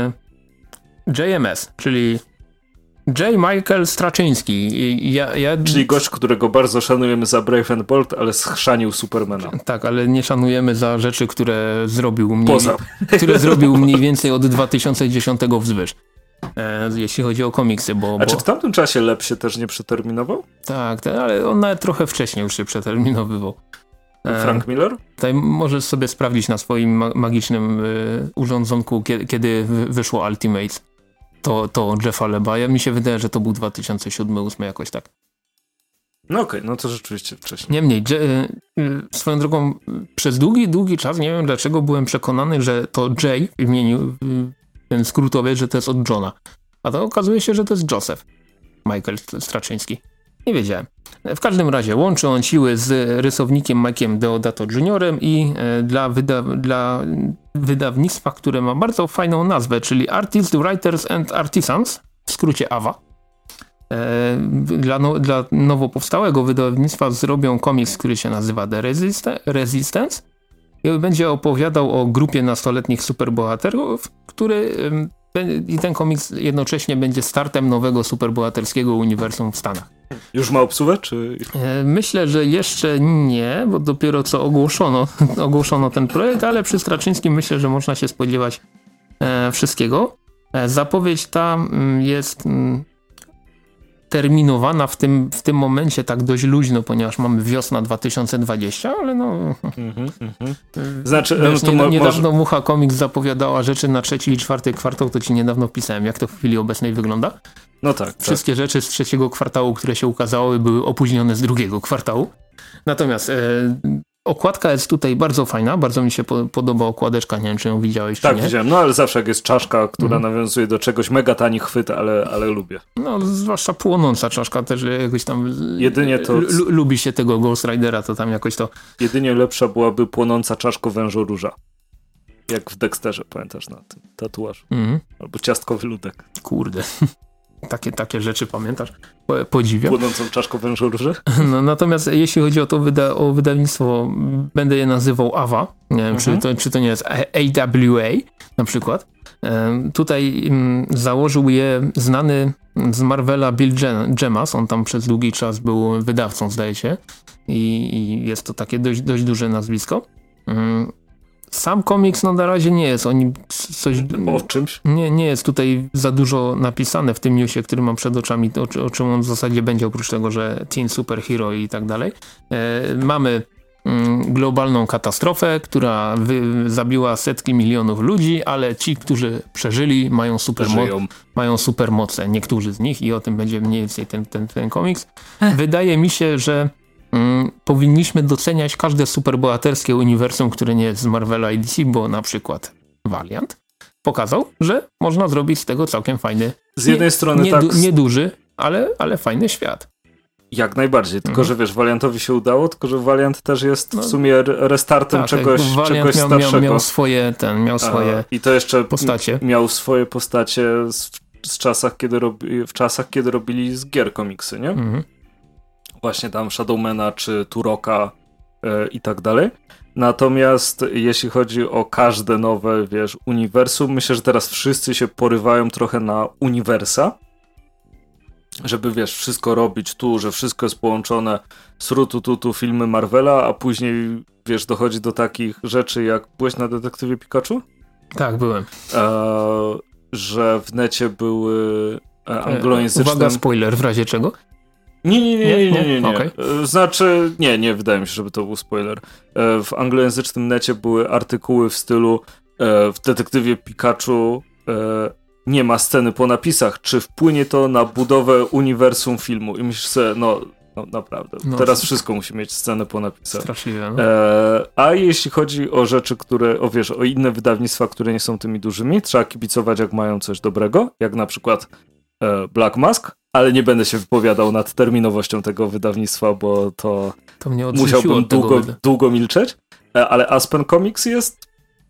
JMS, czyli J. Michael Straczynski. Czyli gość, którego bardzo szanujemy za Brave and Bold, ale schrzanił Supermana. Tak, ale nie szanujemy za rzeczy, które zrobił mniej więcej od 2010 wzwyż. Jeśli chodzi o komiksy. Czy w tamtym czasie Lep się też nie przeterminował? Tak, ale on nawet trochę wcześniej już się przeterminowywał. Frank Miller? Tutaj możesz sobie sprawdzić na swoim magicznym urządzonku, kiedy wyszło Ultimates. To Jeffa Leba. Mi się wydaje, że to był 2007-2008 jakoś tak. No okej, no to rzeczywiście wcześniej. Niemniej, swoją drogą, przez długi czas, nie wiem dlaczego, byłem przekonany, że to J w imieniu, ten skrótowiec, że to jest od Johna. A to okazuje się, że to jest Joseph Michael Straczyński. Nie wiedziałem. W każdym razie łączy on siły z rysownikiem Mike'iem Deodato Jr. i dla wydawnictwa, które ma bardzo fajną nazwę, czyli Artists, Writers and Artisans, w skrócie AWA. Dla nowo powstałego wydawnictwa zrobią komiks, który się nazywa The Resistance i będzie opowiadał o grupie nastoletnich superbohaterów, i ten komiks jednocześnie będzie startem nowego superbohaterskiego uniwersum w Stanach. Już ma obsługę, czy...? Myślę, że jeszcze nie, bo dopiero co ogłoszono ten projekt, ale przy Straczyńskim myślę, że można się spodziewać wszystkiego. Zapowiedź ta jest terminowana w tym momencie tak dość luźno, ponieważ mamy wiosna 2020, ale no... Znaczy, niedawno Mucha Comics zapowiadała rzeczy na 3. i 4. kwartał, to ci niedawno pisałem, jak to w chwili obecnej wygląda. No tak. Wszystkie rzeczy z 3. kwartału, które się ukazały, były opóźnione z 2. kwartału. Natomiast okładka jest tutaj bardzo fajna, bardzo mi się podoba okładeczka, nie wiem, czy ją widziałeś, tak, czy nie. Widziałem, no ale zawsze jak jest czaszka, która nawiązuje do czegoś, mega tani chwyt, ale lubię. No, zwłaszcza płonąca czaszka też jakoś tam jedynie to... lubi się tego Ghost Ridera, to tam jakoś to... Jedynie lepsza byłaby płonąca czaszko wężoróża. Jak w Dexterze, pamiętasz, na tym tatuażu. Albo ciastkowy ludek. Kurde. Takie rzeczy pamiętasz? Podziwiam. Płonącą czaszką wężoróży? No, natomiast jeśli chodzi o to o wydawnictwo, będę je nazywał AWA. Nie wiem, czy to nie jest AWA na przykład. Tutaj założył je znany z Marvela Bill Jemas. On tam przez długi czas był wydawcą, zdaje się. I jest to takie dość duże nazwisko. Sam komiks na razie nie jest coś... O czymś? Nie jest tutaj za dużo napisane w tym newsie, który mam przed oczami, o czym on w zasadzie będzie, oprócz tego, że Teen Superhero i tak dalej. Mamy globalną katastrofę, która zabiła setki milionów ludzi, ale ci, którzy przeżyli, mają supermoce. Niektórzy z nich i o tym będzie mniej więcej ten komiks. Wydaje mi się, że powinniśmy doceniać każde superbohaterskie uniwersum, które nie jest z Marvela i DC, bo na przykład Valiant pokazał, że można zrobić z tego całkiem fajny, z jednej strony nieduży, ale fajny świat. Jak najbardziej, tylko że wiesz, Valiantowi się udało, tylko że Valiant też jest w sumie restartem czegoś starszego. Miał swoje i to jeszcze postacie. Miał swoje postacie w czasach, kiedy robili z gier komiksy, nie? Właśnie tam Shadowmana czy Turoka i tak dalej. Natomiast jeśli chodzi o każde nowe, wiesz, uniwersum, myślę, że teraz wszyscy się porywają trochę na uniwersa, żeby, wiesz, wszystko robić tu, że wszystko jest połączone z tu filmy Marvela, a później, wiesz, dochodzi do takich rzeczy, jak byłeś na Detektywie Pikachu? Tak, byłem. Że w necie były anglojęzyczne... Uwaga, spoiler, w razie czego? Nie. Okay. Znaczy, nie wydaje mi się, żeby to był spoiler. W anglojęzycznym necie były artykuły w stylu w Detektywie Pikachu nie ma sceny po napisach. Czy wpłynie to na budowę uniwersum filmu? I myślisz sobie, no naprawdę. Teraz wszystko musi mieć scenę po napisach. Straszliwe. No. A jeśli chodzi o rzeczy, o inne wydawnictwa, które nie są tymi dużymi, trzeba kibicować, jak mają coś dobrego, jak na przykład Black Mask, ale nie będę się wypowiadał nad terminowością tego wydawnictwa, bo to mnie musiałbym długo milczeć, ale Aspen Comics jest...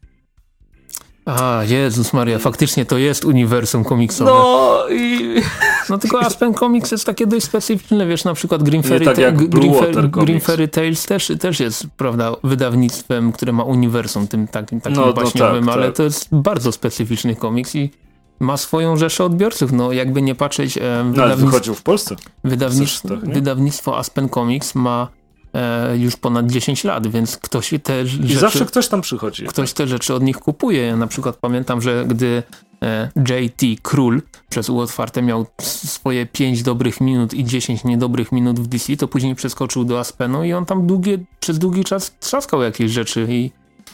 Jezus Maria, faktycznie to jest uniwersum komiksowe. No tylko Aspen Comics jest takie dość specyficzne, wiesz, na przykład Green Fairy Tales też jest, prawda, wydawnictwem, które ma uniwersum tym takim baśniowym, ale to jest bardzo specyficzny komiks i ma swoją rzeszę odbiorców, no jakby nie patrzeć... ale wychodził w Polsce. Wydawnictwo Aspen Comics ma już ponad 10 lat, więc ktoś te rzeczy... I zawsze ktoś tam przychodzi. Ktoś te rzeczy od nich kupuje. Ja na przykład pamiętam, że gdy J.T. Król przez U otwarte miał swoje 5 dobrych minut i 10 niedobrych minut w DC, to później przeskoczył do Aspenu i on tam przez długi czas trzaskał jakieś rzeczy i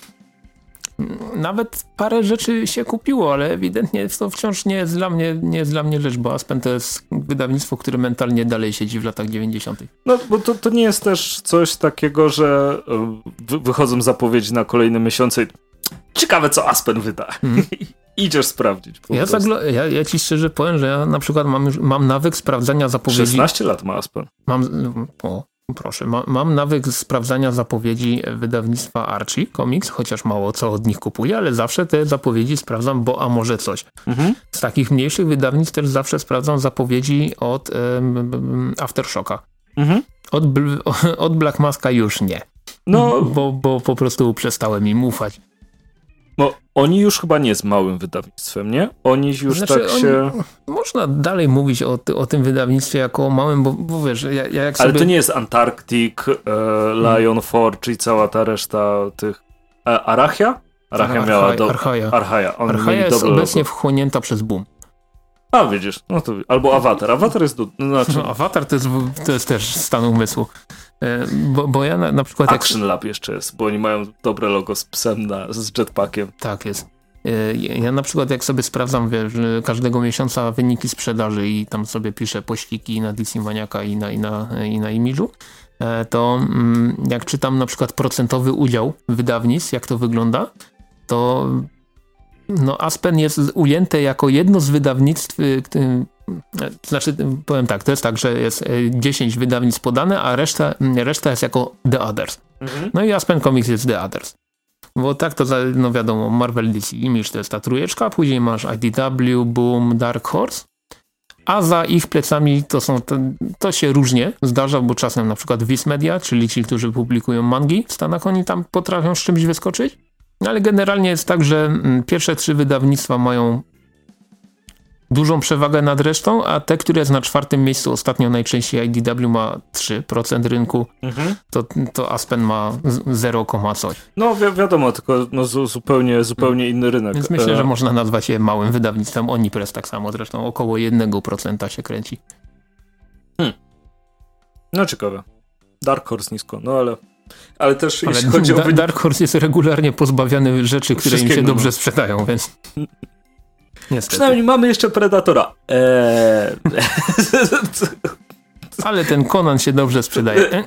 nawet parę rzeczy się kupiło, ale ewidentnie to wciąż nie jest dla mnie rzecz, bo Aspen to jest wydawnictwo, które mentalnie dalej siedzi w latach 90. No, bo to nie jest też coś takiego, że wychodzą zapowiedzi na kolejne miesiące i ciekawe, co Aspen wyda. Idziesz sprawdzić. Ja ci szczerze powiem, że ja na przykład mam nawyk sprawdzania zapowiedzi. 16 lat ma Aspen. Mam nawyk sprawdzania zapowiedzi wydawnictwa Archie Comics, chociaż mało co od nich kupuję, ale zawsze te zapowiedzi sprawdzam, a może coś. Z takich mniejszych wydawnictw też zawsze sprawdzam zapowiedzi od Aftershocka. Od Black Maska już nie. No, bo po prostu przestałem im ufać. Bo oni już chyba nie jest małym wydawnictwem, nie? Oni już Można dalej mówić o tym wydawnictwie jako o małym, bo wiesz, jak sobie... Ale to nie jest Antarctic, Lion Forge i cała ta reszta tych... Arachia? Archaia. Archaia jest obecnie wchłonięta przez Boom. A, widzisz, no to... Albo Avatar. Avatar jest... Avatar to jest też stan umysłu. Bo ja na przykład... Action Lab jeszcze jest, bo oni mają dobre logo z psem z jetpackiem. Tak jest. Ja na przykład jak sobie sprawdzam, wiesz, każdego miesiąca wyniki sprzedaży i tam sobie piszę pościgi na DC Maniaka i na Imidżu, to jak czytam na przykład procentowy udział wydawnictw, jak to wygląda, to Aspen jest ujęte jako jedno z wydawnictw, znaczy powiem tak, to jest tak, że jest 10 wydawnictw podane, a reszta jest jako The Others. No i Aspen Comics jest The Others. Bo tak to, wiadomo, Marvel DC Image to jest ta trójeczka, później masz IDW, Boom, Dark Horse, a za ich plecami to się różnie zdarza, bo czasem na przykład Viz Media, czyli ci, którzy publikują mangi w Stanach, oni tam potrafią z czymś wyskoczyć, ale generalnie jest tak, że pierwsze 3 wydawnictwa mają dużą przewagę nad resztą, a te, które jest na 4. miejscu, ostatnio najczęściej IDW ma 3% rynku, to Aspen ma 0, coś. No wiadomo, tylko zupełnie inny rynek. Więc myślę, że można nazwać je małym wydawnictwem. Onipress tak samo zresztą, około 1% się kręci. No ciekawe. Dark Horse nisko, ale też jeśli chodzi o... Dark Horse jest regularnie pozbawiany rzeczy, które im się dobrze sprzedają, więc... Niestety. Przynajmniej mamy jeszcze Predatora. Ale ten Conan się dobrze sprzedaje.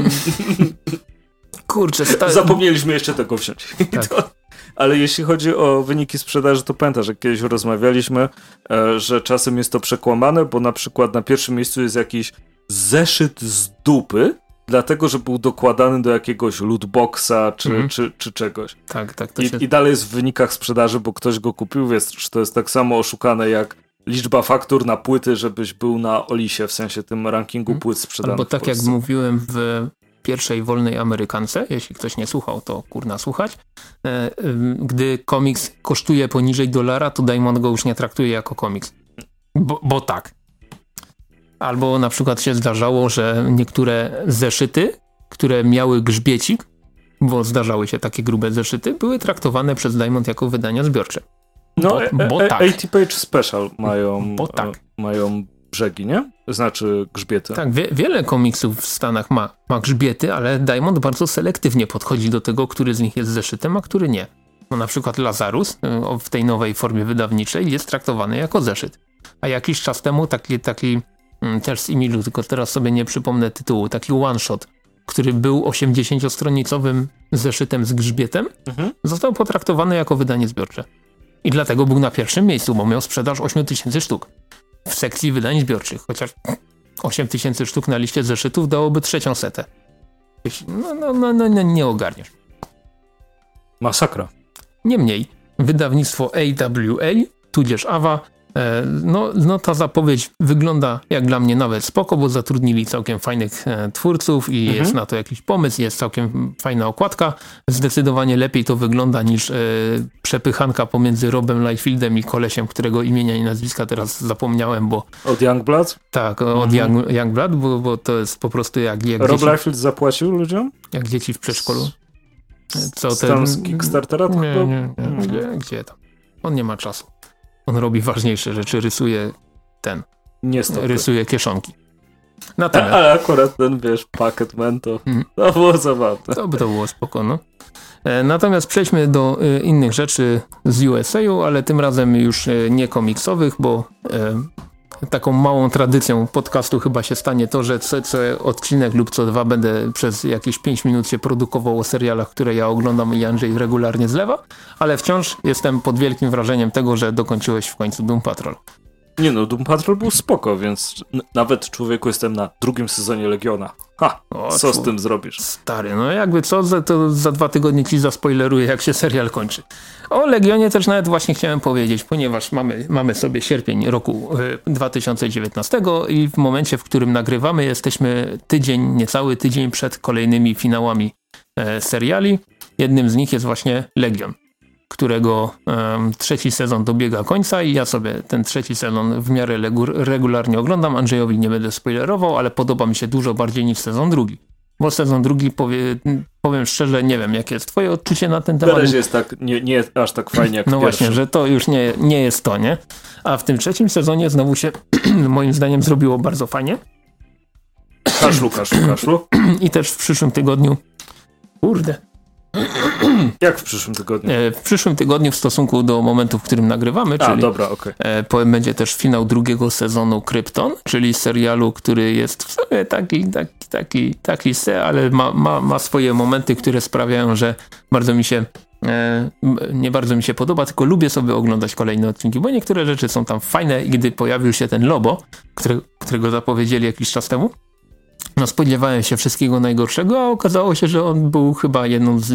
Kurczę, zapomnieliśmy jeszcze tego wziąć. Tak. Ale jeśli chodzi o wyniki sprzedaży, to pamiętasz, że kiedyś rozmawialiśmy, że czasem jest to przekłamane, bo na przykład na pierwszym miejscu jest jakiś zeszyt z dupy, dlatego, że był dokładany do jakiegoś lootboxa czy czegoś. Tak. I dalej jest w wynikach sprzedaży, bo ktoś go kupił, wiesz, że to jest tak samo oszukane jak liczba faktur na płyty, żebyś był na Olisie, w sensie tym rankingu płyt sprzedanych. Bo tak jak mówiłem w pierwszej wolnej Amerykance, jeśli ktoś nie słuchał, to kurna słuchać, gdy komiks kosztuje poniżej $1, to Diamond go już nie traktuje jako komiks. Bo tak. Albo na przykład się zdarzało, że niektóre zeszyty, które miały grzbiecik, bo zdarzały się takie grube zeszyty, były traktowane przez Diamond jako wydania zbiorcze. Bo tak. 80 Page Special mają brzegi, nie? Znaczy grzbiety. Tak, wiele komiksów w Stanach ma grzbiety, ale Diamond bardzo selektywnie podchodzi do tego, który z nich jest zeszytem, a który nie. No, na przykład Lazarus w tej nowej formie wydawniczej jest traktowany jako zeszyt. A jakiś czas temu taki też z Emilu, tylko teraz sobie nie przypomnę tytułu, taki one-shot, który był 80-stronicowym zeszytem z grzbietem, został potraktowany jako wydanie zbiorcze. I dlatego był na pierwszym miejscu, bo miał sprzedaż 8000 sztuk w sekcji wydań zbiorczych, chociaż 8000 sztuk na liście zeszytów dałoby 3. setę. Nie ogarniesz. Masakra. Niemniej, wydawnictwo AWA, tudzież AWA, ta zapowiedź wygląda jak dla mnie nawet spoko, bo zatrudnili całkiem fajnych twórców i jest na to jakiś pomysł, jest całkiem fajna okładka. Zdecydowanie lepiej to wygląda niż przepychanka pomiędzy Robem Liefeldem i kolesiem, którego imienia i nazwiska teraz zapomniałem, bo... Od Youngblood? Tak, od Youngblood, bo to jest po prostu jak Rob Liefeld zapłacił ludziom? Jak dzieci w przedszkolu. Z Kickstartera? Nie. Gdzie tam? On nie ma czasu. On robi ważniejsze rzeczy, rysuje kieszonki. Ale akurat ten, Packet Man to było zabawne. To było spoko, no. Natomiast przejdźmy do innych rzeczy z USA-u, ale tym razem już nie komiksowych, bo taką małą tradycją podcastu chyba się stanie to, że co odcinek lub co 2 będę przez jakieś 5 minut się produkował o serialach, które ja oglądam i Andrzej regularnie zlewa, ale wciąż jestem pod wielkim wrażeniem tego, że dokończyłeś w końcu Doom Patrol. Nie no, Doom Patrol był spoko, więc nawet człowieku jestem na 2. sezonie Legiona. Co z tym zrobisz? Stary, jakby co, to za 2 tygodnie ci zaspoileruję, jak się serial kończy. O Legionie też nawet właśnie chciałem powiedzieć, ponieważ mamy sobie sierpień roku 2019 i w momencie, w którym nagrywamy, jesteśmy niecały tydzień przed kolejnymi finałami seriali. Jednym z nich jest właśnie Legion, którego 3. sezon dobiega końca i ja sobie ten 3. sezon w miarę regularnie oglądam. Andrzejowi nie będę spoilerował, ale podoba mi się dużo bardziej niż sezon 2. Bo sezon 2, powiem szczerze, nie wiem, jakie jest twoje odczucie na ten temat. Na razie jest tak, nie aż tak fajnie jak pierwszy. Właśnie, że to już nie jest to, nie? A w tym 3. sezonie znowu się moim zdaniem zrobiło bardzo fajnie. Kaszlu. I też w przyszłym tygodniu, Jak w przyszłym tygodniu? W przyszłym tygodniu w stosunku do momentu, w którym nagrywamy, czyli dobra, okej. Będzie też finał drugiego sezonu Krypton, czyli serialu, który jest w sumie taki ale ma swoje momenty, które sprawiają, że bardzo mi się nie bardzo mi się podoba, tylko lubię sobie oglądać kolejne odcinki, bo niektóre rzeczy są tam fajne i gdy pojawił się ten Lobo, którego zapowiedzieli jakiś czas temu, no spodziewałem się wszystkiego najgorszego, a okazało się, że on był chyba jedną z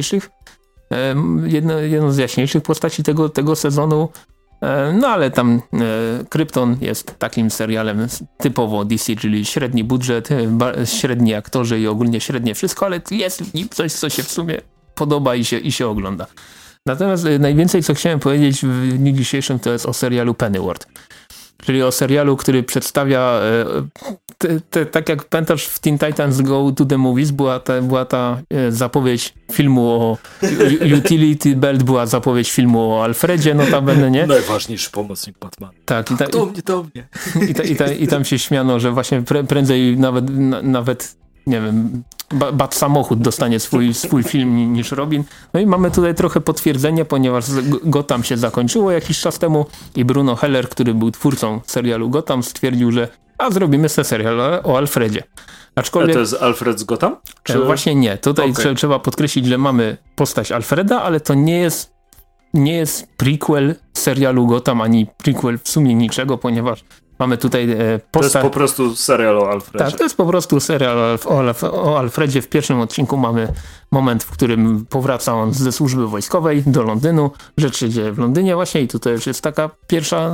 jaśniejszych postaci tego sezonu. No ale tam Krypton jest takim serialem typowo DC, czyli średni budżet, średni aktorzy i ogólnie średnie wszystko, ale jest w nim coś, co się w sumie podoba i się ogląda. Natomiast najwięcej, co chciałem powiedzieć w dniu dzisiejszym, to jest o serialu Pennyworth. Czyli o serialu, który przedstawia, tak jak pamiętasz w Teen Titans Go to the Movies, była ta zapowiedź filmu o Utility Belt, była zapowiedź filmu o Alfredzie, notabene, nie? Najważniejszy pomocnik Batmana. Tak. To mnie. I tam się śmiano, że właśnie prędzej nawet nie wiem, Bat samochód dostanie swój film niż Robin. No i mamy tutaj trochę potwierdzenie, ponieważ Gotham się zakończyło jakiś czas temu i Bruno Heller, który był twórcą serialu Gotham, stwierdził, że serial o Alfredzie. Aczkolwiek... A to jest Alfred z Gotham? Czy... Właśnie nie. Tutaj trzeba podkreślić, że mamy postać Alfreda, ale to nie jest prequel serialu Gotham, ani prequel w sumie niczego, ponieważ mamy tutaj postać... To jest po prostu serial o Alfredzie. Tak, to jest po prostu serial o Alfredzie. W pierwszym odcinku mamy moment, w którym powraca on ze służby wojskowej do Londynu. Rzecz się dzieje w Londynie właśnie i tutaj już jest taka pierwsza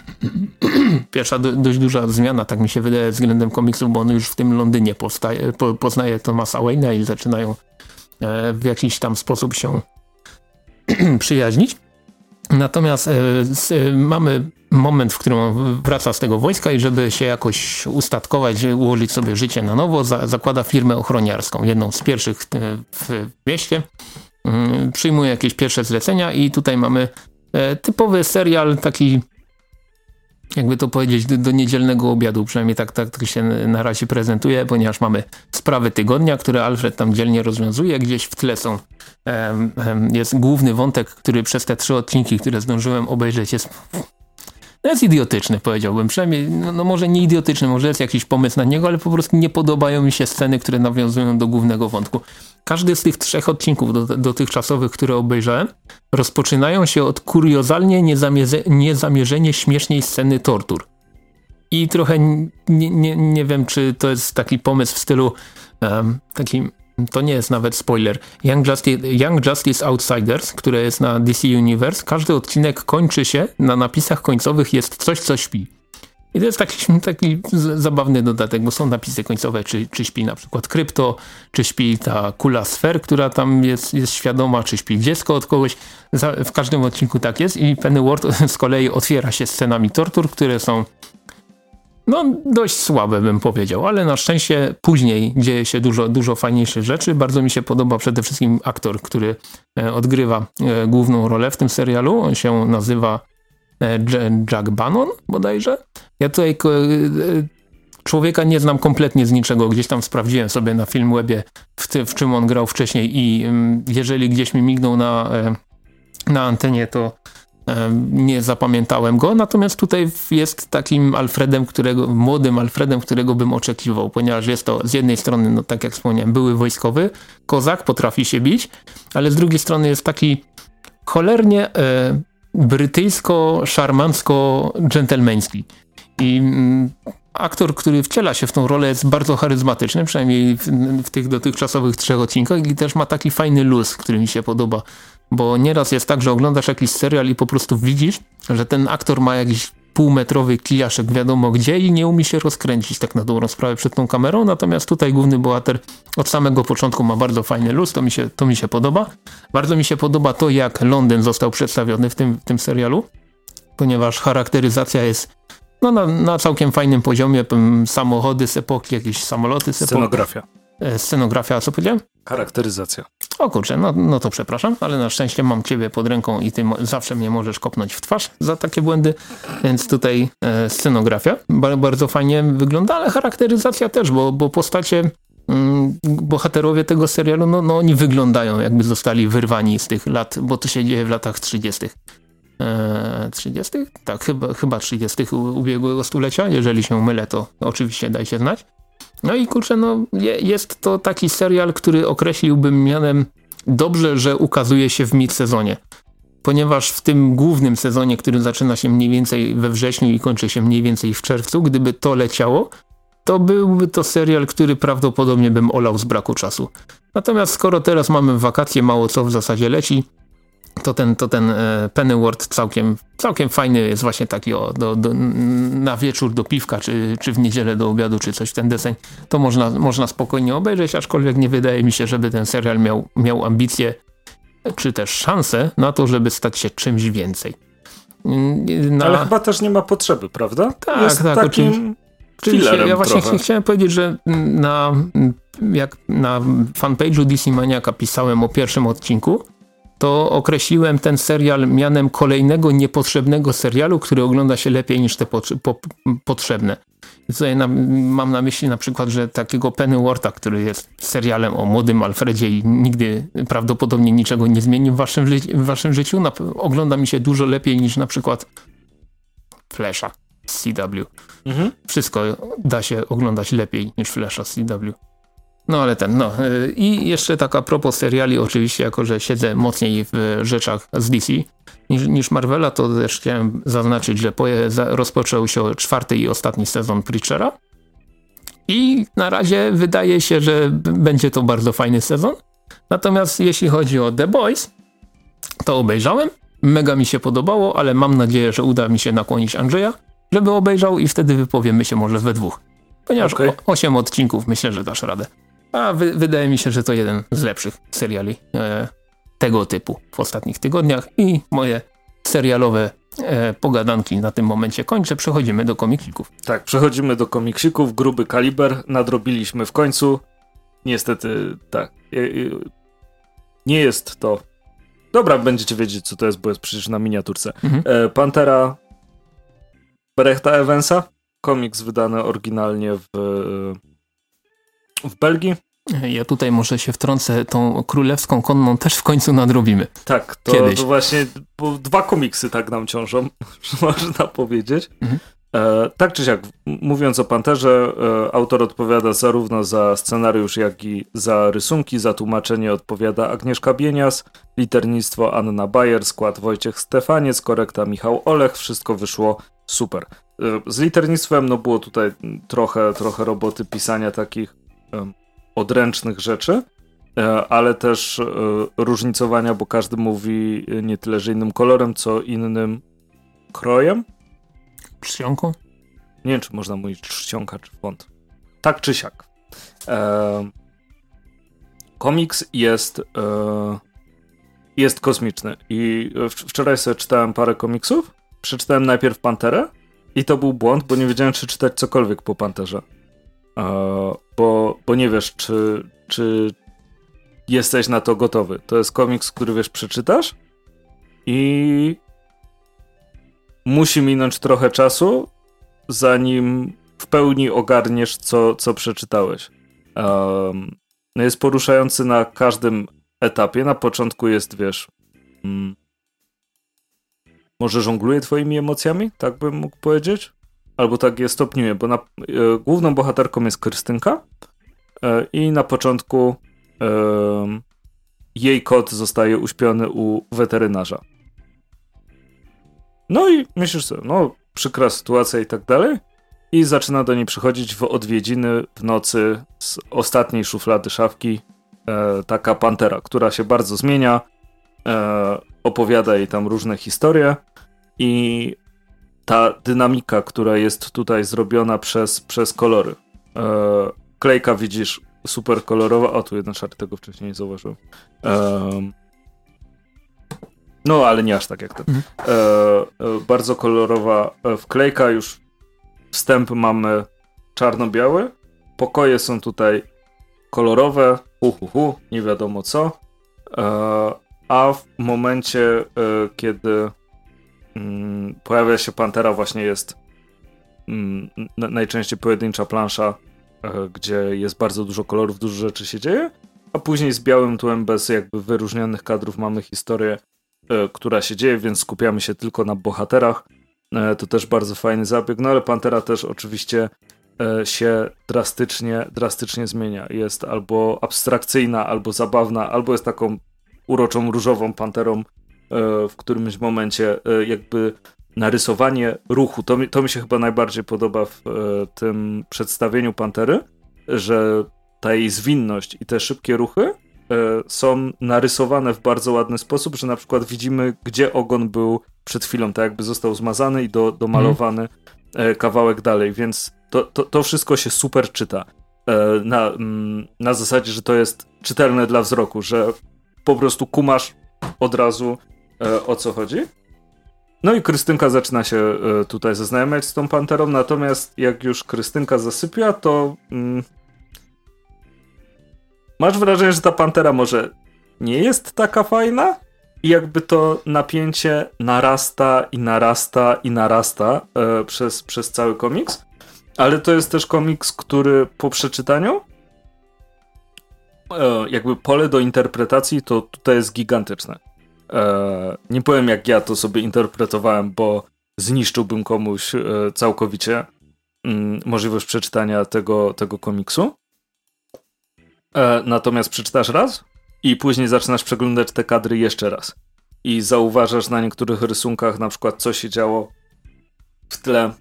dość duża zmiana, tak mi się wydaje, względem komiksów, bo on już w tym Londynie poznaje Thomasa Wayne'a i zaczynają w jakiś tam sposób się przyjaźnić. Natomiast mamy moment, w którym on wraca z tego wojska i żeby się jakoś ustatkować, ułożyć sobie życie na nowo, zakłada firmę ochroniarską, jedną z pierwszych w mieście. Przyjmuje jakieś pierwsze zlecenia i tutaj mamy typowy serial, taki jakby to powiedzieć do niedzielnego obiadu, przynajmniej tak się na razie prezentuje, ponieważ mamy sprawy tygodnia, które Alfred tam dzielnie rozwiązuje, gdzieś w tle jest główny wątek, który przez te 3 odcinki, które zdążyłem obejrzeć, jest idiotyczny, powiedziałbym. Przynajmniej, no może nie idiotyczny, może jest jakiś pomysł na niego, ale po prostu nie podobają mi się sceny, które nawiązują do głównego wątku. Każdy z tych 3 odcinków dotychczasowych, które obejrzałem, rozpoczynają się od kuriozalnie niezamierzenie śmiesznej sceny tortur. I trochę nie wiem, czy to jest taki pomysł w stylu to nie jest nawet spoiler. Young Justice Outsiders, które jest na DC Universe, każdy odcinek kończy się, na napisach końcowych jest coś, co śpi. I to jest taki zabawny dodatek, bo są napisy końcowe, czy śpi na przykład Krypto, czy śpi ta kula sfer, która tam jest świadoma, czy śpi dziecko od kogoś. W każdym odcinku tak jest i Pennyworth z kolei otwiera się scenami tortur, które są dość słabe, bym powiedział, ale na szczęście później dzieje się dużo fajniejszych rzeczy. Bardzo mi się podoba przede wszystkim aktor, który odgrywa główną rolę w tym serialu. On się nazywa Jack Bannon bodajże. Ja tutaj człowieka nie znam kompletnie z niczego. Gdzieś tam sprawdziłem sobie na Filmwebie, w czym on grał wcześniej i jeżeli gdzieś mi mignął na antenie, to nie zapamiętałem go, natomiast tutaj jest takim młodym Alfredem, którego bym oczekiwał, ponieważ jest to z jednej strony, tak jak wspomniałem, były wojskowy, kozak, potrafi się bić, ale z drugiej strony jest taki cholernie brytyjsko-szarmancko-dżentelmeński. I aktor, który wciela się w tą rolę, jest bardzo charyzmatyczny, przynajmniej w tych dotychczasowych 3 odcinkach i też ma taki fajny luz, który mi się podoba. Bo nieraz jest tak, że oglądasz jakiś serial i po prostu widzisz, że ten aktor ma jakiś półmetrowy kijaszek wiadomo gdzie i nie umie się rozkręcić tak na dobrą sprawę przed tą kamerą, natomiast tutaj główny bohater od samego początku ma bardzo fajny luz, to mi się podoba. Bardzo mi się podoba to, jak Londyn został przedstawiony w tym serialu, ponieważ charakteryzacja jest na całkiem fajnym poziomie, samochody z epoki, jakieś samoloty z epoki. Scenografia, a co powiedziałem? Charakteryzacja. O kurczę, no to przepraszam, ale na szczęście mam ciebie pod ręką i ty zawsze mnie możesz kopnąć w twarz za takie błędy, więc tutaj scenografia bardzo fajnie wygląda, ale charakteryzacja też, bo postacie bohaterowie tego serialu, no oni wyglądają jakby zostali wyrwani z tych lat, bo to się dzieje w latach 30. 30? Tak, chyba 30. ubiegłego stulecia. Jeżeli się mylę, to oczywiście dajcie znać. No i kurczę, no jest to taki serial, który określiłbym mianem dobrze, że ukazuje się w mid-sezonie. Ponieważ w tym głównym sezonie, który zaczyna się mniej więcej we wrześniu i kończy się mniej więcej w czerwcu, gdyby to leciało, to byłby to serial, który prawdopodobnie bym olał z braku czasu. Natomiast skoro teraz mamy wakacje, mało co w zasadzie leci, to ten Pennyworth całkiem fajny jest właśnie taki na wieczór do piwka, czy w niedzielę do obiadu, czy coś w ten deseń. To można spokojnie obejrzeć, aczkolwiek nie wydaje mi się, żeby ten serial miał ambicje, czy też szansę na to, żeby stać się czymś więcej. Ale chyba też nie ma potrzeby, prawda? Tak, jest tak, takim filerem ja właśnie trochę. chciałem powiedzieć, że jak na fanpage'u DC Maniaka pisałem o pierwszym odcinku, to określiłem ten serial mianem kolejnego niepotrzebnego serialu, który ogląda się lepiej niż te potrzebne. I tutaj mam na myśli na przykład, że takiego Pennywortha, który jest serialem o młodym Alfredzie i nigdy prawdopodobnie niczego nie zmieni w waszym życiu, ogląda mi się dużo lepiej niż na przykład Flasha z CW. Wszystko da się oglądać lepiej niż Flasha z CW. No ale i jeszcze tak a propos seriali, oczywiście, jako że siedzę mocniej w rzeczach z DC niż Marvela, to też chciałem zaznaczyć, że rozpoczął się 4. i ostatni sezon Preachera i na razie wydaje się, że będzie to bardzo fajny sezon. Natomiast jeśli chodzi o The Boys, to obejrzałem, mega mi się podobało, ale mam nadzieję, że uda mi się nakłonić Andrzeja, żeby obejrzał i wtedy wypowiemy się może we dwóch. Ponieważ 8 odcinków myślę, że dasz radę. A wydaje mi się, że to jeden z lepszych seriali tego typu w ostatnich tygodniach i moje serialowe pogadanki na tym momencie kończę. Przechodzimy do komiksików. Tak, przechodzimy do komiksików. Gruby kaliber. Nadrobiliśmy w końcu. Niestety, tak. Nie jest to... Dobra, będziecie wiedzieć, co to jest, bo jest przecież na miniaturce. Pantera Brechta Evansa. Komiks wydany oryginalnie w Belgii. Ja tutaj może się wtrącę, tą Królewską Konną też w końcu nadrobimy. Tak, to właśnie, bo 2 komiksy tak nam ciążą, można powiedzieć. Tak czy siak, mówiąc o Panterze, autor odpowiada zarówno za scenariusz, jak i za rysunki, za tłumaczenie odpowiada Agnieszka Bienias, liternictwo Anna Bayer, skład Wojciech Stefaniec, korekta Michał Olech, wszystko wyszło super. Z liternictwem było tutaj trochę roboty pisania takich odręcznych rzeczy, ale też różnicowania, bo każdy mówi nie tyle, że innym kolorem, co innym krojem. Czcionką? Nie wiem, czy można mówić czcionka, czy font. Tak czy siak. Komiks jest kosmiczny i wczoraj sobie czytałem parę komiksów. Przeczytałem najpierw Panterę i to był błąd, bo nie wiedziałem, czy czytać cokolwiek po Panterze. Bo nie wiesz, czy jesteś na to gotowy. To jest komiks, który wiesz, przeczytasz i musi minąć trochę czasu, zanim w pełni ogarniesz, co przeczytałeś. Jest poruszający na każdym etapie. Na początku jest, wiesz, może żongluje twoimi emocjami, tak bym mógł powiedzieć? Albo tak je stopniuje, bo główną bohaterką jest Krystynka i na początku jej kot zostaje uśpiony u weterynarza. No i myślisz sobie, przykra sytuacja i tak dalej. I zaczyna do niej przychodzić w odwiedziny w nocy z ostatniej szuflady szafki taka pantera, która się bardzo zmienia, opowiada jej tam różne historie i ta dynamika, która jest tutaj zrobiona przez kolory. Klejka widzisz super kolorowa. O, tu jeden szary, tego wcześniej nie zauważyłem. No, ale nie aż tak jak ten. Bardzo kolorowa wklejka. Już wstęp mamy czarno-biały. Pokoje są tutaj kolorowe. Nie wiadomo co. A w momencie, kiedy pojawia się pantera, właśnie jest najczęściej pojedyncza plansza gdzie jest bardzo dużo kolorów, dużo rzeczy się dzieje, a później z białym tłem bez jakby wyróżnionych kadrów mamy historię, która się dzieje, więc skupiamy się tylko na bohaterach. To też bardzo fajny zabieg, no ale Pantera też oczywiście się drastycznie zmienia. Jest albo abstrakcyjna, albo zabawna, albo jest taką uroczą, różową panterą, w którymś momencie jakby narysowanie ruchu, to mi się chyba najbardziej podoba w tym przedstawieniu Pantery, że ta jej zwinność i te szybkie ruchy są narysowane w bardzo ładny sposób, że na przykład widzimy, gdzie ogon był przed chwilą, tak jakby został zmazany i domalowany kawałek dalej, więc to wszystko się super czyta. Na zasadzie, że to jest czytelne dla wzroku, że po prostu kumasz od razu o co chodzi. No i Krystynka zaczyna się tutaj zaznajamiać z tą Panterą, natomiast jak już Krystynka zasypia, to masz wrażenie, że ta Pantera może nie jest taka fajna i jakby to napięcie narasta przez cały komiks, ale to jest też komiks, który po przeczytaniu jakby pole do interpretacji to tutaj jest gigantyczne. Nie powiem, jak ja to sobie interpretowałem, bo zniszczyłbym komuś całkowicie możliwość przeczytania tego komiksu. Natomiast przeczytasz raz i później zaczynasz przeglądać te kadry jeszcze raz. I zauważasz na niektórych rysunkach na przykład, co się działo w tle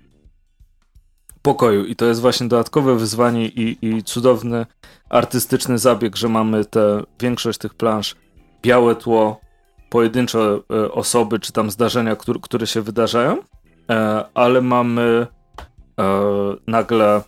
pokoju. I to jest właśnie dodatkowe wyzwanie i cudowny artystyczny zabieg, że mamy większość tych plansz, białe tło, pojedyncze osoby, czy tam zdarzenia, które się wydarzają, ale mamy nagle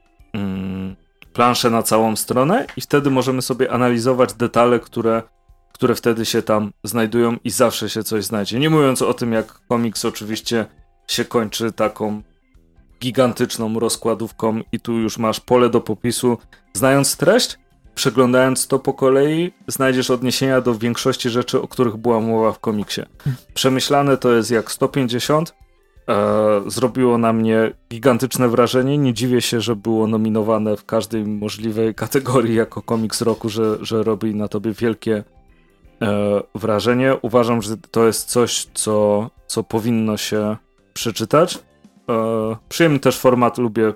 planszę na całą stronę i wtedy możemy sobie analizować detale, które wtedy się tam znajdują i zawsze się coś znajdzie. Nie mówiąc o tym, jak komiks oczywiście się kończy taką gigantyczną rozkładówką i tu już masz pole do popisu. Znając treść, przeglądając to po kolei, znajdziesz odniesienia do większości rzeczy, o których była mowa w komiksie. Przemyślane to jest jak 150. Zrobiło na mnie gigantyczne wrażenie. Nie dziwię się, że było nominowane w każdej możliwej kategorii jako komiks roku, że robi na tobie wielkie wrażenie. Uważam, że to jest coś, co powinno się przeczytać. Przyjemny też format, lubię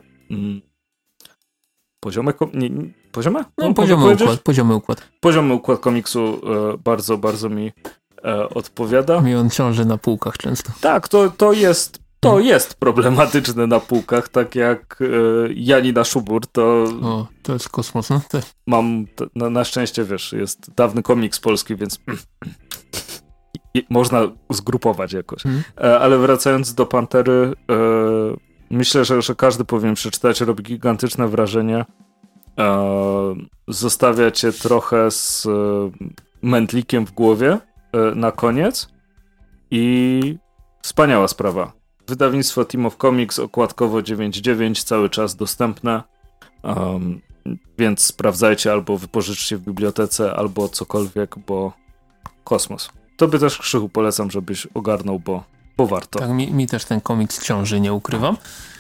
poziomy? No, poziomy układ. Poziomy układ komiksu bardzo, bardzo mi odpowiada. Mi on ciąży na półkach często. Tak, to jest problematyczne na półkach, tak jak Janina Szubur, to jest kosmos, no? Mam, na szczęście, wiesz, jest dawny komiks polski, więc można zgrupować jakoś. Ale wracając do Pantery, myślę, że każdy powinien przeczytać, robi gigantyczne wrażenie. Zostawia cię trochę z mętlikiem w głowie na koniec i wspaniała sprawa. Wydawnictwo Team of Comics, okładkowo 9,9, cały czas dostępne, więc sprawdzajcie albo wypożyczcie w bibliotece, albo cokolwiek, bo kosmos. Tobie też, Krzychu, polecam, żebyś ogarnął, bo warto. Tak, mi też ten komiks ciąży, nie ukrywam.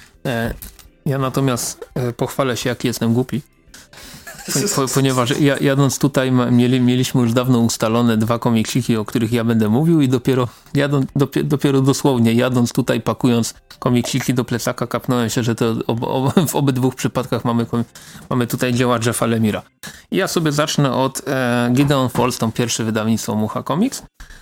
Ja natomiast pochwalę się, jaki jestem głupi. Ponieważ jadąc tutaj mieliśmy już dawno ustalone 2 komiksiki, o których ja będę mówił i dopiero dosłownie jadąc tutaj, pakując komiksiki do plecaka, kapnąłem się, że to w obydwu przypadkach mamy tutaj dzieła Jeffa Lemira. I ja sobie zacznę od Gideon Falls, to pierwsze wydawnictwo Mucha Comics.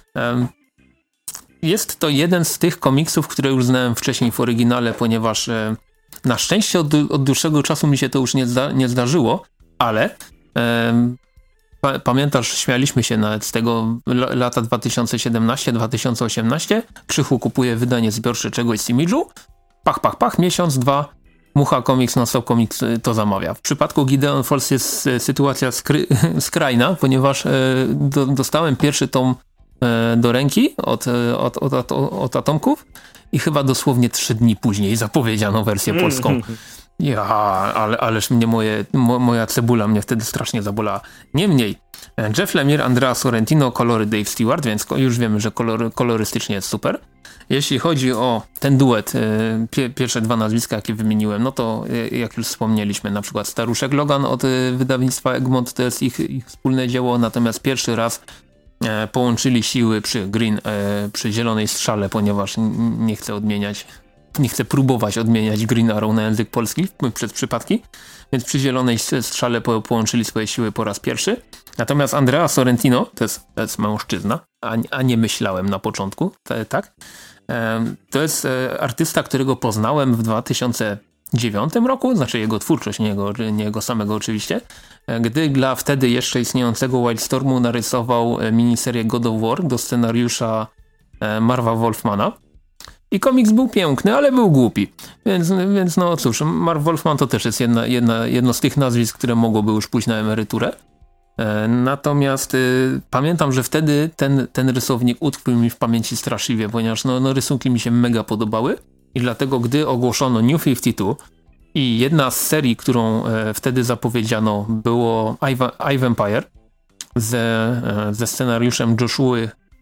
Jest to jeden z tych komiksów, które już znałem wcześniej w oryginale, ponieważ na szczęście od dłuższego czasu mi się to już nie zdarzyło, ale pamiętasz, śmialiśmy się nawet z tego lata 2017-2018. Krzychu kupuje wydanie zbiorcze czegoś z Image'u. Pach, miesiąc, 2. Mucha Comics, Non-Stop Comics to zamawia. W przypadku Gideon Falls jest sytuacja skrajna, ponieważ dostałem pierwszy tom do ręki od Atomków i chyba dosłownie 3 dni później zapowiedziano wersję polską. Ależ mnie moja cebula mnie wtedy strasznie zabolała. Niemniej, Jeff Lemire, Andrea Sorrentino, kolory Dave Stewart, więc już wiemy, że kolorystycznie jest super. Jeśli chodzi o ten duet, pierwsze dwa nazwiska, jakie wymieniłem, no to jak już wspomnieliśmy, na przykład Staruszek Logan od wydawnictwa Egmont, to jest ich wspólne dzieło, natomiast pierwszy raz połączyli siły przy Zielonej Strzale, ponieważ nie chcę próbować odmieniać Green Arrow na język polski przez przypadki, więc przy Zielonej Strzale połączyli swoje siły po raz pierwszy. Natomiast Andrea Sorrentino, to jest mężczyzna, a nie myślałem na początku, tak? To jest artysta, którego poznałem w 2009 roku, znaczy jego twórczość, nie jego samego oczywiście, gdy dla wtedy jeszcze istniejącego Wildstormu narysował miniserię God of War do scenariusza Marva Wolfmana. I komiks był piękny, ale był głupi. Więc no cóż, Marv Wolfman to też jest jedno z tych nazwisk, które mogłoby już pójść na emeryturę. Natomiast pamiętam, że wtedy ten rysownik utkwił mi w pamięci straszliwie, ponieważ no rysunki mi się mega podobały i dlatego gdy ogłoszono New 52 i jedna z serii, którą wtedy zapowiedziano, było iVampire ze scenariuszem Joshua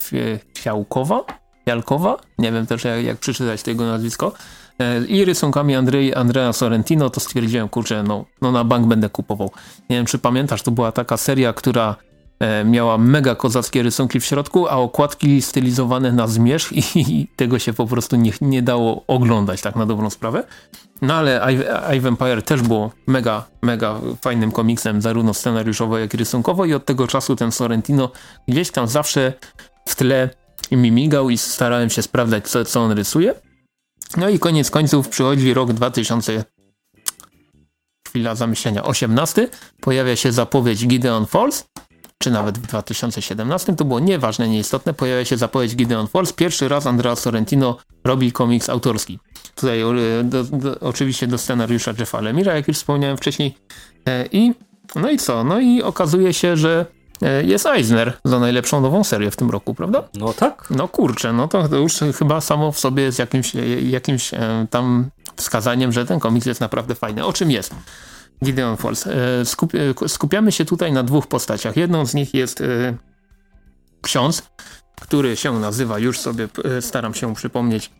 Fialkowa, nie wiem też jak przeczytać tego nazwisko, i rysunkami Andrea Sorrentino, to stwierdziłem, kurczę, no na bank będę kupował. Nie wiem, czy pamiętasz, to była taka seria, która miała mega kozackie rysunki w środku, a okładki stylizowane na zmierzch i tego się po prostu nie dało oglądać, tak na dobrą sprawę. No ale iVampire też było mega fajnym komiksem, zarówno scenariuszowo, jak i rysunkowo, i od tego czasu ten Sorrentino gdzieś tam zawsze w tle mi migał i starałem się sprawdzać, co on rysuje. No i koniec końców przychodzi rok 2018, pojawia się zapowiedź Gideon Falls, czy nawet w 2017, to było nieważne, nieistotne, pojawia się zapowiedź Gideon Falls. Pierwszy raz Andrea Sorrentino robi komiks autorski. Tutaj oczywiście do scenariusza Jeffa Lemira, jak już wspomniałem wcześniej. No i co? No i okazuje się, że jest Eisner za najlepszą nową serię w tym roku, prawda? No tak. No kurczę, no to już chyba samo w sobie jest jakimś tam wskazaniem, że ten komiks jest naprawdę fajny. O czym jest Gideon Falls? Skupiamy się tutaj na dwóch postaciach. Jedną z nich jest ksiądz, który się nazywa, już sobie staram się przypomnieć,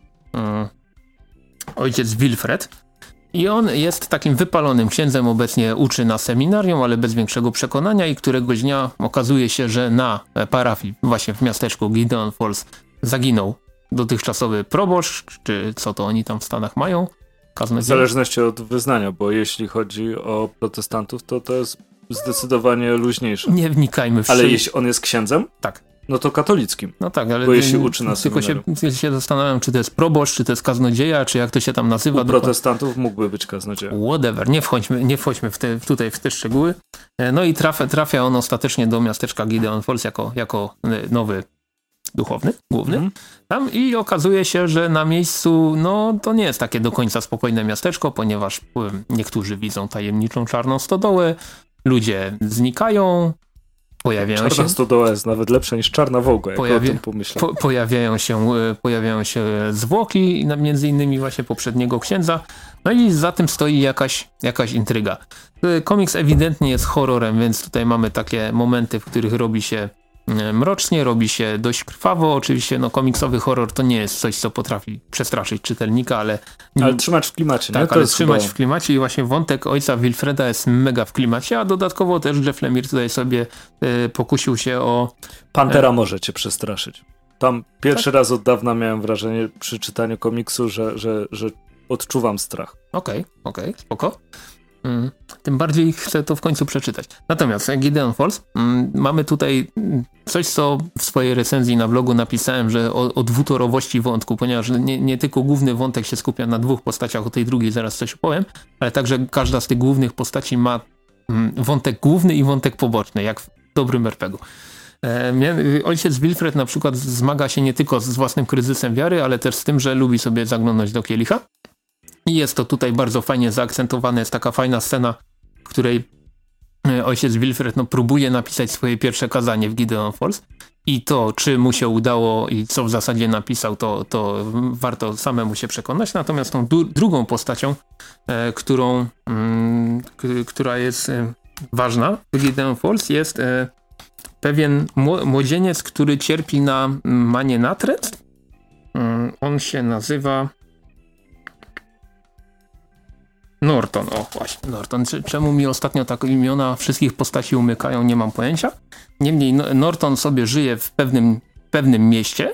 ojciec Wilfred. I on jest takim wypalonym księdzem, obecnie uczy na seminarium, ale bez większego przekonania, i któregoś dnia okazuje się, że na parafii, właśnie w miasteczku Gideon Falls, zaginął dotychczasowy proboszcz, czy co to oni tam w Stanach mają. W zależności od wyznania, bo jeśli chodzi o protestantów, to jest zdecydowanie luźniejsze. Nie wnikajmy w Ale jeśli on jest księdzem? Tak. No to katolickim. No tak, ale bo jeśli uczy na seminarium. Tylko się zastanawiam, czy to jest proboszcz, czy to jest kaznodzieja, czy jak to się tam nazywa. U protestantów mógłby być kaznodzieja. Whatever, nie wchodźmy tutaj w te szczegóły. No i trafia on ostatecznie do miasteczka Gideon Falls jako nowy duchowny, główny. Tam i okazuje się, że na miejscu, no to nie jest takie do końca spokojne miasteczko, ponieważ niektórzy widzą tajemniczą czarną stodołę, ludzie znikają, Czarna stodoła jest nawet lepsza niż czarna wołga, jak o tym pomyślałem. Pojawiają się zwłoki, między innymi właśnie poprzedniego księdza, no i za tym stoi jakaś intryga. Komiks ewidentnie jest horrorem, więc tutaj mamy takie momenty, w których robi się mrocznie, robi się dość krwawo. Oczywiście komiksowy horror to nie jest coś, co potrafi przestraszyć czytelnika, ale trzymać w klimacie. Tak, ale trzymać w klimacie, i właśnie wątek ojca Wilfreda jest mega w klimacie, a dodatkowo też Jeff Lemire tutaj sobie pokusił się o... Pantera może cię przestraszyć. Tam pierwszy raz od dawna miałem wrażenie przy czytaniu komiksu, że odczuwam strach. Okej, spoko. Tym bardziej chcę to w końcu przeczytać. Natomiast Gideon Falls, mamy tutaj coś, co w swojej recenzji na blogu napisałem, że o dwutorowości wątku, ponieważ nie tylko główny wątek się skupia na dwóch postaciach, o tej drugiej zaraz coś opowiem, ale także każda z tych głównych postaci ma wątek główny i wątek poboczny, jak w dobrym RPG-u. Ojciec Wilfred na przykład zmaga się nie tylko z własnym kryzysem wiary, ale też z tym, że lubi sobie zaglądać do kielicha. I jest to tutaj bardzo fajnie zaakcentowane. Jest taka fajna scena, w której ojciec Wilfred próbuje napisać swoje pierwsze kazanie w Gideon Falls i to, czy mu się udało i co w zasadzie napisał, to warto samemu się przekonać. Natomiast tą drugą postacią, która jest ważna w Gideon Falls, jest pewien młodzieniec, który cierpi na manię natręctw. On się nazywa Norton. O, właśnie, Norton. Czemu mi ostatnio tak imiona wszystkich postaci umykają, nie mam pojęcia. Niemniej Norton sobie żyje w pewnym mieście,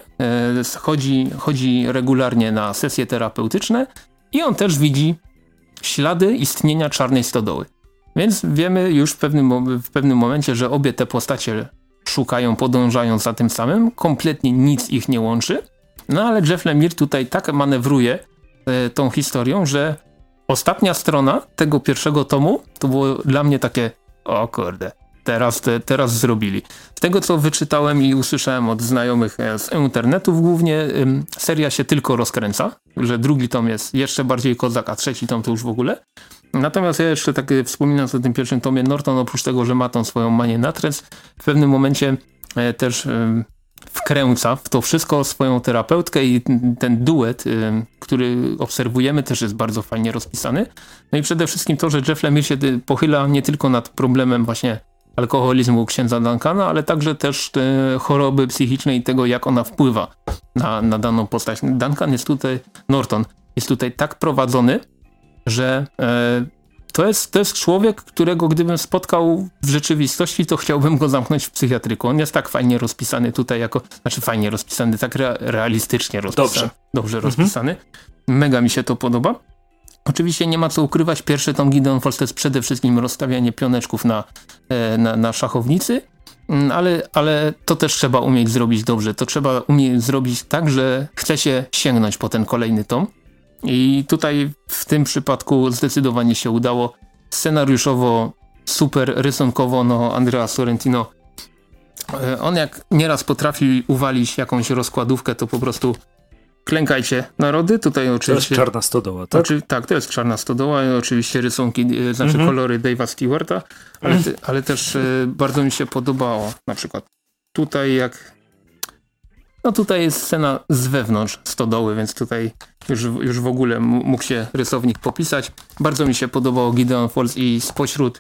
chodzi regularnie na sesje terapeutyczne i on też widzi ślady istnienia czarnej stodoły. Więc wiemy już w pewnym momencie, że obie te postacie szukają, podążają za tym samym. Kompletnie nic ich nie łączy. No ale Jeff Lemire tutaj tak manewruje tą historią, że ostatnia strona tego pierwszego tomu to było dla mnie takie, o kurde, teraz zrobili. Z tego co wyczytałem i usłyszałem od znajomych z internetów głównie, seria się tylko rozkręca, że drugi tom jest jeszcze bardziej kozak, a trzeci tom to już w ogóle. Natomiast ja jeszcze tak wspominając o tym pierwszym tomie, Norton oprócz tego, że ma tą swoją manię natręctw, w pewnym momencie też wkręca w to wszystko swoją terapeutkę i ten duet, który obserwujemy, też jest bardzo fajnie rozpisany. No i przede wszystkim to, że Jeff Lemire się pochyla nie tylko nad problemem właśnie alkoholizmu księdza Duncana, ale także też choroby psychicznej i tego, jak ona wpływa na daną postać. Norton jest tutaj tak prowadzony, że to jest człowiek, którego gdybym spotkał w rzeczywistości, to chciałbym go zamknąć w psychiatryku. On jest tak fajnie rozpisany tutaj fajnie rozpisany, tak realistycznie rozpisany. Dobrze rozpisany. Mega mi się to podoba. Oczywiście nie ma co ukrywać, pierwszy tom Gideon Falls to jest przede wszystkim rozstawianie pioneczków na szachownicy, ale to też trzeba umieć zrobić dobrze. To trzeba umieć zrobić tak, że chce się sięgnąć po ten kolejny tom. I tutaj w tym przypadku zdecydowanie się udało. Scenariuszowo super, rysunkowo Andrea Sorrentino. On jak nieraz potrafi uwalić jakąś rozkładówkę, to po prostu klękajcie narody. Tutaj oczywiście, to jest Czarna Stodoła, tak? Tak, to jest Czarna Stodoła i oczywiście rysunki, kolory Dave'a Stewarta, ale też bardzo mi się podobało. Na przykład tutaj tutaj jest scena z wewnątrz stodoły, więc tutaj już w ogóle mógł się rysownik popisać. Bardzo mi się podobało Gideon Falls i spośród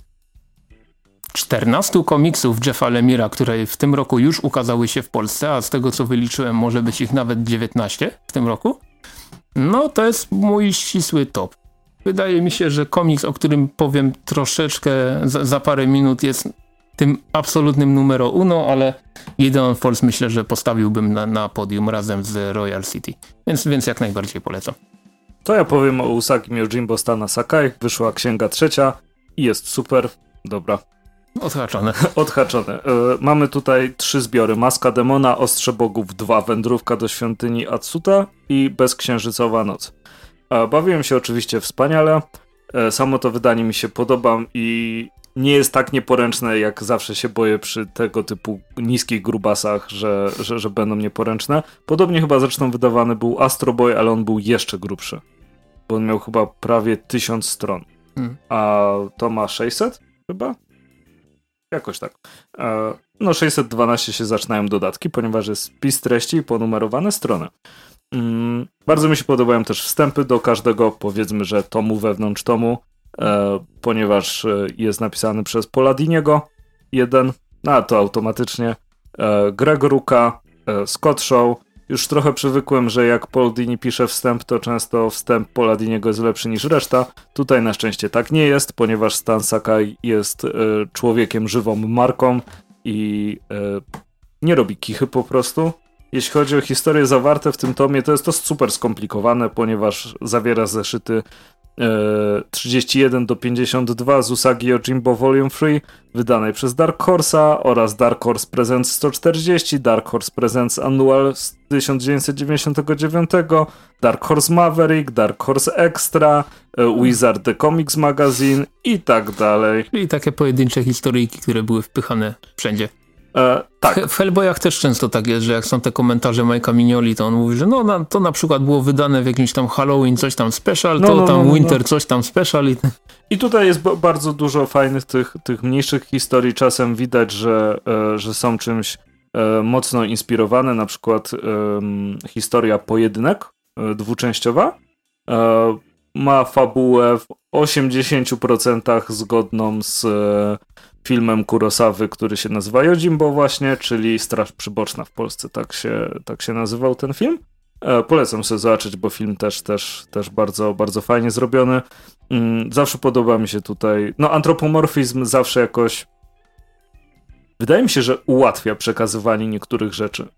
14 komiksów Jeffa Lemire'a, które w tym roku już ukazały się w Polsce, a z tego co wyliczyłem może być ich nawet 19 w tym roku, to jest mój ścisły top. Wydaje mi się, że komiks, o którym powiem troszeczkę za parę minut, jest tym absolutnym numero uno, ale Gideon Falls myślę, że postawiłbym na podium razem z Royal City. Więc jak najbardziej polecam. To ja powiem o Usagim Yojimbo Stana Sakai. Wyszła księga 3 i jest super. Dobra. Odhaczone. Mamy tutaj 3 zbiory. Maska Demona, Ostrze Bogów 2, Wędrówka do świątyni Atsuta i Bezksiężycowa Noc. Bawiłem się oczywiście wspaniale. Samo to wydanie mi się podoba i nie jest tak nieporęczne, jak zawsze się boję przy tego typu niskich grubasach, że będą nieporęczne. Podobnie chyba zresztą wydawany był Astro Boy, ale on był jeszcze grubszy. Bo on miał chyba prawie 1000 stron. A to ma 600 chyba? Jakoś tak. 612 się zaczynają dodatki, ponieważ jest spis treści i ponumerowane strony. Bardzo mi się podobają też wstępy do każdego, powiedzmy, że tomu wewnątrz tomu, ponieważ jest napisany przez Paula Diniego jeden, to automatycznie, Greg Rucka, Scott Shaw. Już trochę przywykłem, że jak Paul Dini pisze wstęp, to często wstęp Paula Diniego jest lepszy niż reszta. Tutaj na szczęście tak nie jest, ponieważ Stan Sakai jest człowiekiem, żywą marką i nie robi kichy po prostu. Jeśli chodzi o historie zawarte w tym tomie, to jest to super skomplikowane, ponieważ zawiera zeszyty 31 do 52 z Usagi Yojimbo Volume 3 wydanej przez Dark Horse'a oraz Dark Horse Presents 140, Dark Horse Presents Annual z 1999, Dark Horse Maverick, Dark Horse Extra, Wizard the Comics Magazine i tak dalej. Czyli takie pojedyncze historyjki, które były wpychane wszędzie. Tak. W Hellboyach też często tak jest, że jak są te komentarze Mike'a Mignoli, to on mówi, że to na przykład było wydane w jakimś tam Halloween coś tam special, Winter coś tam special. I tutaj jest bardzo dużo fajnych tych mniejszych historii. Czasem widać, że są czymś mocno inspirowane, na przykład historia Pojedynek dwuczęściowa ma fabułę w 80% zgodną z filmem Kurosawy, który się nazywa Yojimbo właśnie, czyli Straż Przyboczna w Polsce. Tak się nazywał ten film. Polecam sobie zobaczyć, bo film też bardzo, bardzo fajnie zrobiony. Zawsze podoba mi się tutaj... antropomorfizm zawsze jakoś... Wydaje mi się, że ułatwia przekazywanie niektórych rzeczy.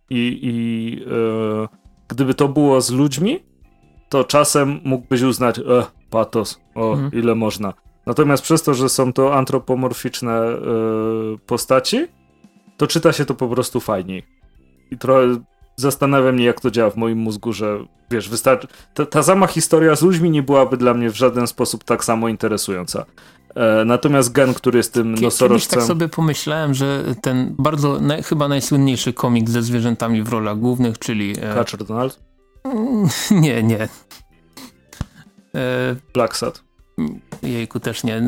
Gdyby to było z ludźmi, to czasem mógłbyś uznać patos, ile można. Natomiast przez to, że są to antropomorficzne postaci, to czyta się to po prostu fajniej. I trochę zastanawia mnie, jak to działa w moim mózgu, że wiesz, wystarczy... Ta sama historia z ludźmi nie byłaby dla mnie w żaden sposób tak samo interesująca. Natomiast Gen, który jest tym nosorożcem... Kiedyś tak sobie pomyślałem, że ten bardzo, chyba najsłynniejszy komik ze zwierzętami w rolach głównych, czyli... Catcher Donald? Nie. Black Sad. Jejku, też nie.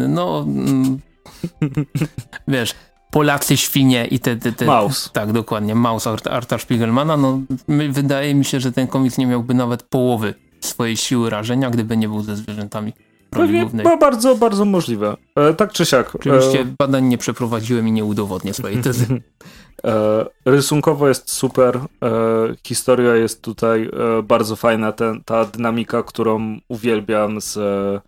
Wiesz, Polacy, świnie i te... Maus. Tak, dokładnie. Maus Arta Spiegelmana. Wydaje mi się, że ten komiks nie miałby nawet połowy swojej siły rażenia, gdyby nie był ze zwierzętami w roli głównej. Bardzo, bardzo możliwe. Tak czy siak. Oczywiście badań nie przeprowadziłem i nie udowodnię swojej tezy. Rysunkowo jest super. Historia jest tutaj bardzo fajna. Ta dynamika, którą uwielbiam z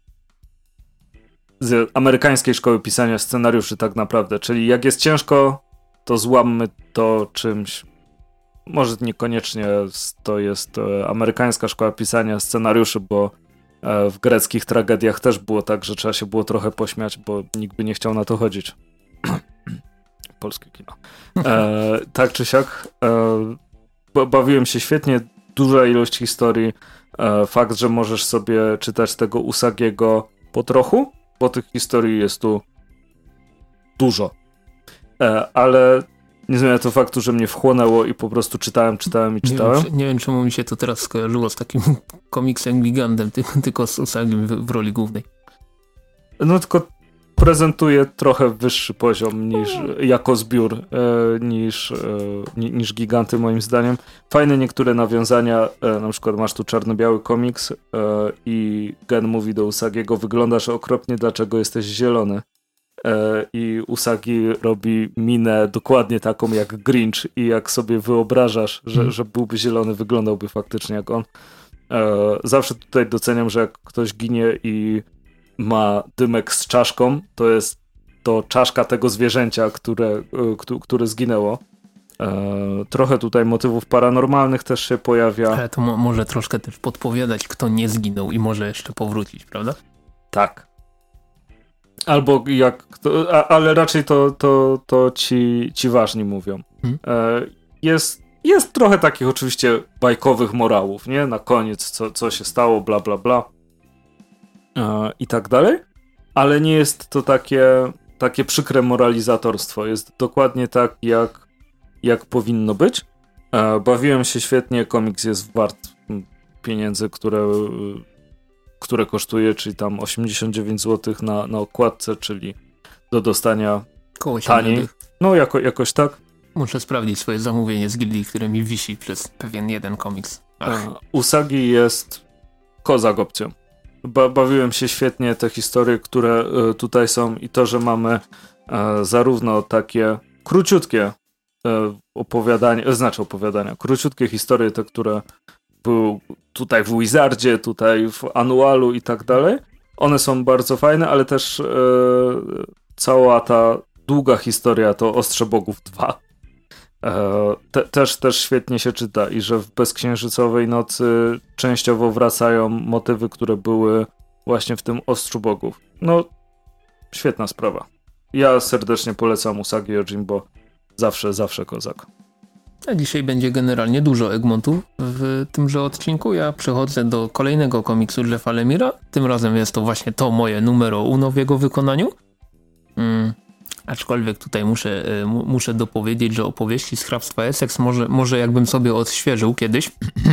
amerykańskiej szkoły pisania scenariuszy tak naprawdę. Czyli jak jest ciężko, to złammy to czymś. Może niekoniecznie to jest amerykańska szkoła pisania scenariuszy, bo w greckich tragediach też było tak, że trzeba się było trochę pośmiać, bo nikt by nie chciał na to chodzić. Polskie kino. Tak czy siak, bawiłem się świetnie, duża ilość historii. Fakt, że możesz sobie czytać tego Usagiego po trochu, bo tych historii jest tu dużo. Ale nie zmienia to faktu, że mnie wchłonęło i po prostu czytałem. Nie wiem, czemu mi się to teraz skojarzyło z takim komiksem gigantem, tylko z Usagim w roli głównej. Tylko prezentuje trochę wyższy poziom jako zbiór niż giganty moim zdaniem. Fajne niektóre nawiązania, na przykład masz tu czarno-biały komiks i Gen mówi do Usagiego: wyglądasz okropnie, dlaczego jesteś zielony? I Usagi robi minę dokładnie taką jak Grinch i jak sobie wyobrażasz, że byłby zielony, wyglądałby faktycznie jak on. Zawsze tutaj doceniam, że jak ktoś ginie i ma dymek z czaszką, to jest to czaszka tego zwierzęcia, które zginęło. Trochę tutaj motywów paranormalnych też się pojawia. Ale to może troszkę też podpowiadać, kto nie zginął i może jeszcze powrócić, prawda? Tak. Albo ale raczej to ci ważni mówią. Jest trochę takich oczywiście bajkowych morałów, nie? Na koniec co się stało, bla bla bla. I tak dalej, ale nie jest to takie przykre moralizatorstwo. Jest dokładnie tak, jak powinno być. Bawiłem się świetnie, komiks jest wart pieniędzy, które kosztuje, czyli tam 89 zł na okładce, czyli do dostania taniej. Jakoś tak. Muszę sprawdzić swoje zamówienie z gildii, które mi wisi przez pewien jeden komiks. Usagi jest kozak opcją. Bawiłem się świetnie, te historie, które tutaj są i to, że mamy zarówno takie króciutkie opowiadania, króciutkie historie, te, które były tutaj w Wizardzie, tutaj w Annualu i tak dalej. One są bardzo fajne, ale też cała ta długa historia to Ostrze Bogów 2. Też świetnie się czyta i że w Bezksiężycowej Nocy częściowo wracają motywy, które były właśnie w tym Ostrzu Bogów. Świetna sprawa. Ja serdecznie polecam Usagi Yojimbo. Zawsze kozak. A dzisiaj będzie generalnie dużo Egmontów w tymże odcinku. Ja przechodzę do kolejnego komiksu Jeffa Lemira. Tym razem jest to właśnie to moje numero uno w jego wykonaniu. Aczkolwiek tutaj muszę dopowiedzieć, że opowieści z hrabstwa Essex może jakbym sobie odświeżył kiedyś,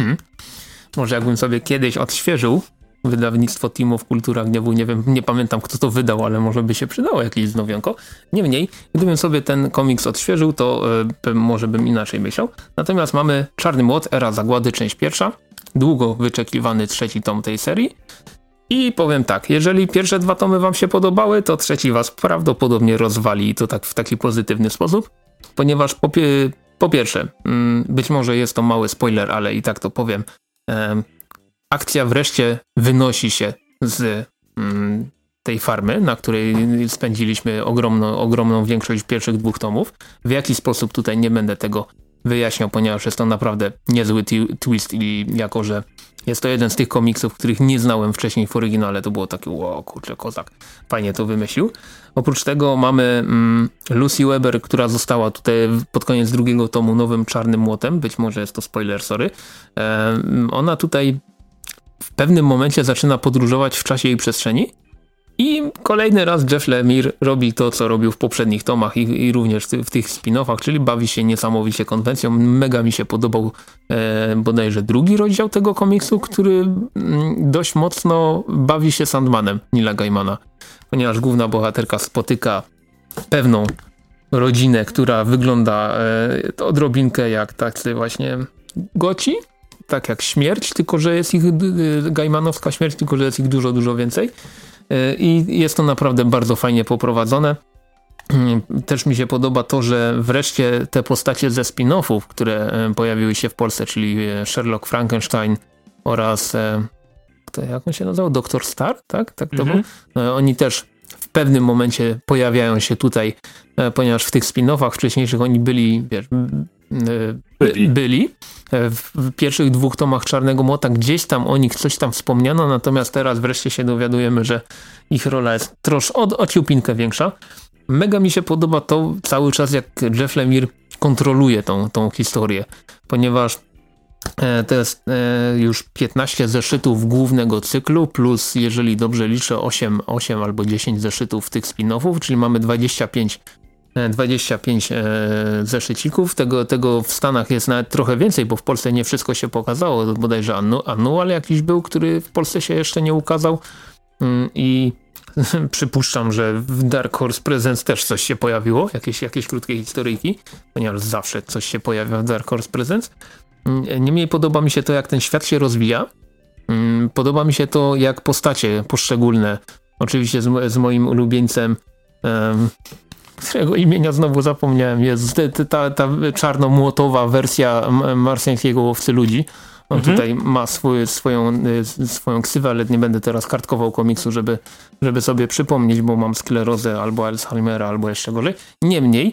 wydawnictwo Team of Kultura Gniewu, nie wiem, nie pamiętam kto to wydał, ale może by się przydało jakieś znowionko. Niemniej, gdybym sobie ten komiks odświeżył, to może bym inaczej myślał. Natomiast mamy Czarny Młot, Era Zagłady, część pierwsza, długo wyczekiwany 3. tom tej serii. I powiem tak, jeżeli pierwsze 2 tomy wam się podobały, to 3 was prawdopodobnie rozwali i to tak w taki pozytywny sposób, ponieważ po pierwsze, być może jest to mały spoiler, ale i tak to powiem, akcja wreszcie wynosi się z tej farmy, na której spędziliśmy ogromną większość pierwszych 2 tomów. W jaki sposób tutaj nie będę tego wyjaśniał, ponieważ jest to naprawdę niezły twist i jako, że jest to jeden z tych komiksów, których nie znałem wcześniej w oryginale, to było takie wow, kurczę, kozak, fajnie to wymyślił. Oprócz tego mamy Lucy Weber, która została tutaj pod koniec 2 tomu nowym Czarnym Młotem, być może jest to spoiler, sorry. Ona tutaj w pewnym momencie zaczyna podróżować w czasie i przestrzeni i kolejny raz Jeff Lemire robi to, co robił w poprzednich tomach i również w tych spin-offach, czyli bawi się niesamowicie konwencją. Mega mi się podobał bodajże 2 rozdział tego komiksu, który dość mocno bawi się Sandmanem Neila Gaimana, ponieważ główna bohaterka spotyka pewną rodzinę, która wygląda odrobinkę jak tacy właśnie goci, tak jak śmierć, tylko że jest ich gaimanowska śmierć, tylko że jest ich dużo, dużo więcej. I jest to naprawdę bardzo fajnie poprowadzone. Też mi się podoba to, że wreszcie te postacie ze spin-offów, które pojawiły się w Polsce, czyli Sherlock Frankenstein oraz jak on się nazywał? Doktor Star? Tak to był? Oni też w pewnym momencie pojawiają się tutaj, ponieważ w tych spin-offach wcześniejszych oni byli, byli. W pierwszych 2 tomach Czarnego Młota gdzieś tam o nich coś tam wspomniano, natomiast teraz wreszcie się dowiadujemy, że ich rola jest troszkę o ciupinkę większa. Mega mi się podoba to cały czas, jak Jeff Lemire kontroluje tą historię, ponieważ to jest już 15 zeszytów głównego cyklu, plus jeżeli dobrze liczę 8 albo 10 zeszytów tych spin-offów, czyli mamy 25 zeszycików. Tego w Stanach jest nawet trochę więcej, bo w Polsce nie wszystko się pokazało. Bodajże Annual jakiś był, który w Polsce się jeszcze nie ukazał. I przypuszczam, że w Dark Horse Presents też coś się pojawiło, jakieś krótkie historyjki, ponieważ zawsze coś się pojawia w Dark Horse Presents. Niemniej podoba mi się to, jak ten świat się rozwija. Podoba mi się to, jak postacie poszczególne, oczywiście z moim ulubieńcem, którego imienia znowu zapomniałem, jest ta czarnomłotowa wersja marsjańskiego łowcy ludzi. On tutaj ma swoją ksywę, ale nie będę teraz kartkował komiksu, żeby sobie przypomnieć, bo mam sklerozę albo Alzheimera, albo jeszcze gorzej. Niemniej,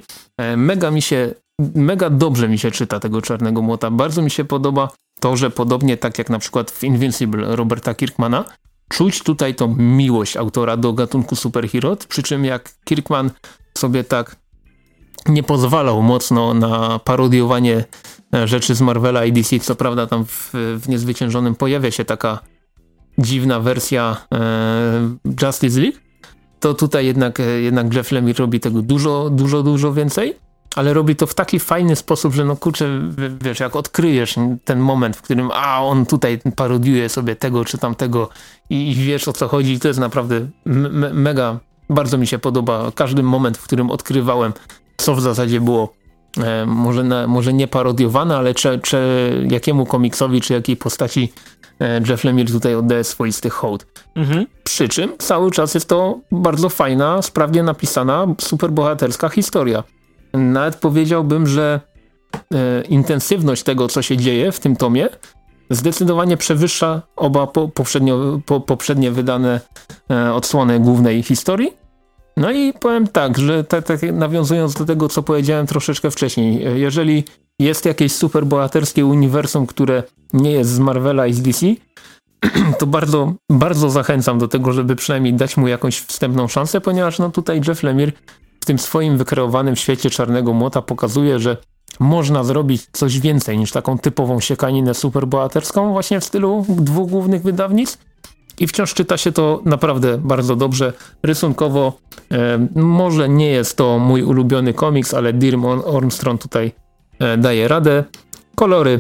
mega dobrze mi się czyta tego Czarnego Młota. Bardzo mi się podoba to, że podobnie tak jak na przykład w Invincible Roberta Kirkmana, czuć tutaj tą miłość autora do gatunku superhero, przy czym jak Kirkman sobie tak nie pozwalał mocno na parodiowanie rzeczy z Marvela i DC, co prawda tam w Niezwyciężonym pojawia się taka dziwna wersja Justice League, to tutaj jednak Jeff Lemire robi tego dużo więcej, ale robi to w taki fajny sposób, że no kurczę, wiesz, jak odkryjesz ten moment, w którym on tutaj parodiuje sobie tego czy tamtego i wiesz, o co chodzi, to jest naprawdę mega, bardzo mi się podoba każdy moment, w którym odkrywałem, co w zasadzie było może nie parodiowane, ale jakiemu komiksowi czy jakiej postaci Jeff Lemire tutaj oddaje swoisty hołd. Przy czym cały czas jest to bardzo fajna, sprawnie napisana, superbohaterska historia. Nawet powiedziałbym, że intensywność tego, co się dzieje w tym tomie, zdecydowanie przewyższa oba poprzednie wydane odsłony głównej historii. No i powiem tak, że tak nawiązując do tego, co powiedziałem troszeczkę wcześniej, jeżeli jest jakieś superbohaterskie uniwersum, które nie jest z Marvela i z DC, to bardzo, bardzo zachęcam do tego, żeby przynajmniej dać mu jakąś wstępną szansę, ponieważ no tutaj Jeff Lemire w tym swoim wykreowanym świecie Czarnego Młota pokazuje, że można zrobić coś więcej niż taką typową siekaninę superbohaterską właśnie w stylu 2 głównych wydawnictw I wciąż czyta się to naprawdę bardzo dobrze. Rysunkowo może nie jest to mój ulubiony komiks, ale Dear Ormstrand tutaj daje radę. Kolory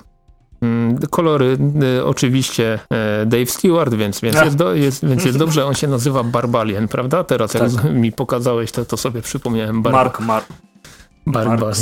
oczywiście Dave Stewart, więc jest dobrze. On się nazywa Barbalian, prawda? Teraz tak. Jak mi pokazałeś, to sobie przypomniałem. Barbalian.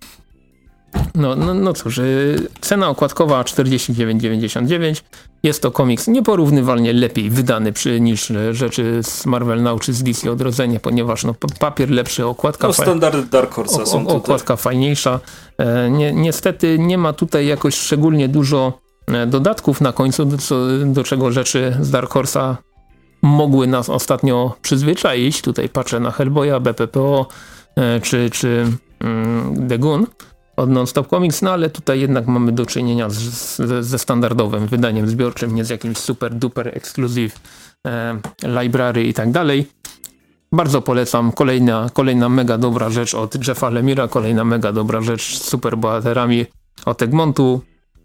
No cóż, cena okładkowa 49,99. Jest to komiks nieporównywalnie lepiej wydany niż rzeczy z Marvel Now czy z DC Odrodzenie, ponieważ papier lepszy, okładka standardy Dark Horse'a są tutaj. Okładka fajniejsza. Niestety nie ma tutaj jakoś szczególnie dużo dodatków na końcu, do czego rzeczy z Dark Horse'a mogły nas ostatnio przyzwyczaić. Tutaj patrzę na Hellboya, BPPO czy The Goon od Non-Stop Comics, ale tutaj jednak mamy do czynienia ze standardowym wydaniem zbiorczym, nie z jakimś super duper exclusive library i tak dalej. Bardzo polecam. Kolejna mega dobra rzecz od Jeffa Lemira, kolejna mega dobra rzecz z superbohaterami od Egmontu.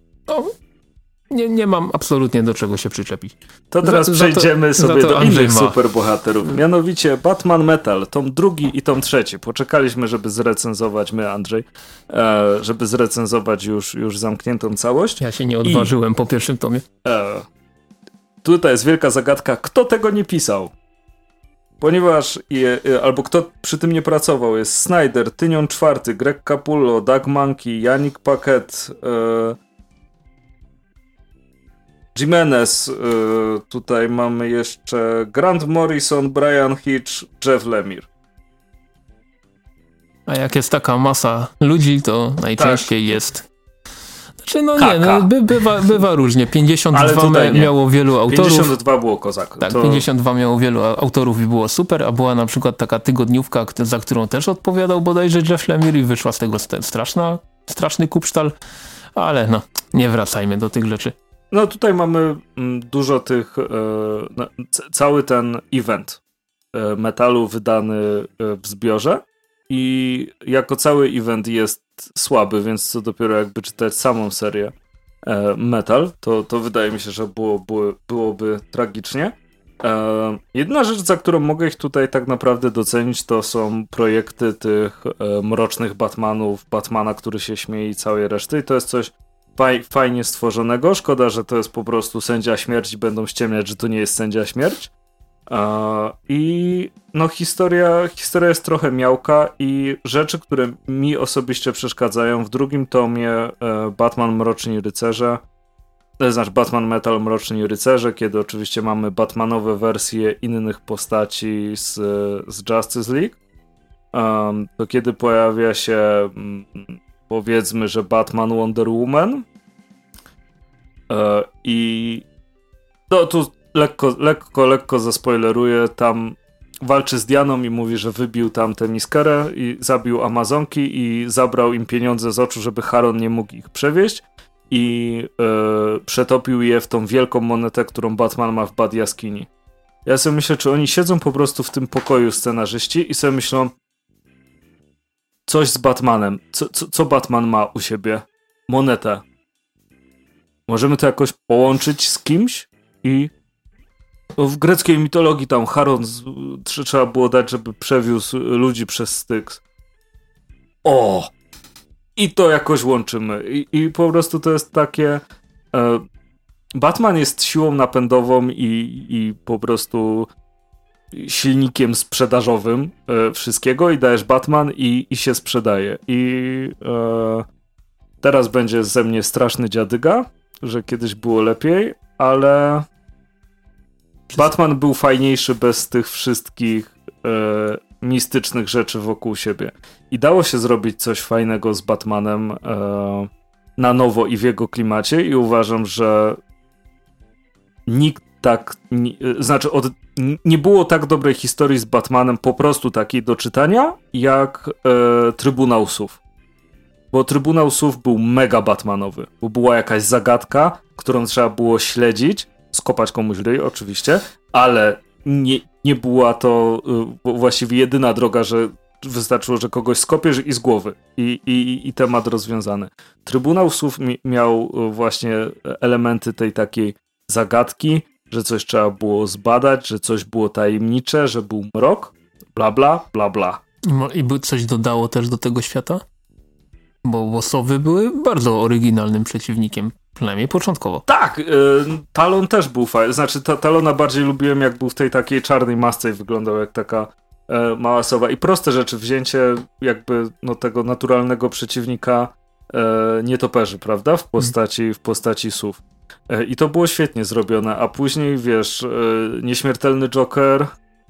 Nie mam absolutnie do czego się przyczepić. To teraz przejdziemy sobie do innych superbohaterów. Mianowicie Batman Metal, tom 2 i tom 3. Poczekaliśmy, żeby zrecenzować, Andrzej, żeby zrecenzować już zamkniętą całość. Ja się nie odważyłem po pierwszym tomie. Tutaj jest wielka zagadka, kto tego nie pisał. Ponieważ, albo kto przy tym nie pracował, jest Snyder, Tynion IV, Greg Capullo, Doug Mahnke, Yannick Paquette, Jimenez, tutaj mamy jeszcze Grant Morrison, Brian Hitch, Jeff Lemire. A jak jest taka masa ludzi, to najczęściej jest. Znaczy bywa różnie. 52 miało wielu autorów. 52 było kozak. Tak, 52 miało wielu autorów i było super, a była na przykład taka tygodniówka, za którą też odpowiadał bodajże Jeff Lemire i wyszła z tego straszny kupsztal, ale nie wracajmy do tych rzeczy. No tutaj mamy dużo tych, cały ten event metalu wydany w zbiorze i jako cały event jest słaby, więc co dopiero jakby czytać samą serię metal, to wydaje mi się, że byłoby tragicznie. Jedna rzecz, za którą mogę ich tutaj tak naprawdę docenić, to są projekty tych mrocznych Batmanów, Batmana, który się śmieje i całej reszty i to jest coś fajnie stworzonego. Szkoda, że to jest po prostu sędzia śmierć i będą ściemniać, że to nie jest sędzia śmierć. I historia jest trochę miałka i rzeczy, które mi osobiście przeszkadzają. W drugim tomie Batman Mroczni Rycerze, to znaczy Batman Metal Mroczni Rycerze, kiedy oczywiście mamy Batmanowe wersje innych postaci z Justice League, to kiedy pojawia się powiedzmy, że Batman Wonder Woman i tu lekko zaspoileruję, tam walczy z Dianą i mówi, że wybił tam tę miskerę i zabił Amazonki i zabrał im pieniądze z oczu, żeby Haron nie mógł ich przewieźć i przetopił je w tą wielką monetę, którą Batman ma w Bat jaskini. Ja sobie myślę, czy oni siedzą po prostu w tym pokoju scenarzyści i sobie myślą, coś z Batmanem. Co Batman ma u siebie? Monetę. Możemy to jakoś połączyć z kimś? I w greckiej mitologii tam Charon trzeba było dać, żeby przewiózł ludzi przez Styx. I to jakoś łączymy. I po prostu to jest takie... Batman jest siłą napędową i po prostu silnikiem sprzedażowym wszystkiego i dajesz Batman i się sprzedaje. I teraz będzie ze mnie straszny dziadyga, że kiedyś było lepiej, ale Batman był fajniejszy bez tych wszystkich mistycznych rzeczy wokół siebie. I dało się zrobić coś fajnego z Batmanem na nowo i w jego klimacie i uważam, że nikt tak... nie było tak dobrej historii z Batmanem, po prostu takiej do czytania, jak Trybunał Sów. Bo Trybunał Sów był mega Batmanowy, bo była jakaś zagadka, którą trzeba było śledzić, skopać komuś ryj oczywiście, ale nie była to właściwie jedyna droga, że wystarczyło, że kogoś skopiesz i z głowy i temat rozwiązany. Trybunał Sów miał właśnie elementy tej takiej zagadki że coś trzeba było zbadać, że coś było tajemnicze, że był mrok, bla bla, bla bla. I by coś dodało też do tego świata? Bo sowy były bardzo oryginalnym przeciwnikiem, przynajmniej początkowo. Tak, Talon też był fajny. Znaczy Talona bardziej lubiłem, jak był w tej takiej czarnej masce i wyglądał jak taka mała sowa. I proste rzeczy, wzięcie jakby tego naturalnego przeciwnika nietoperzy, prawda? W postaci sów. I to było świetnie zrobione, a później wiesz, nieśmiertelny Joker,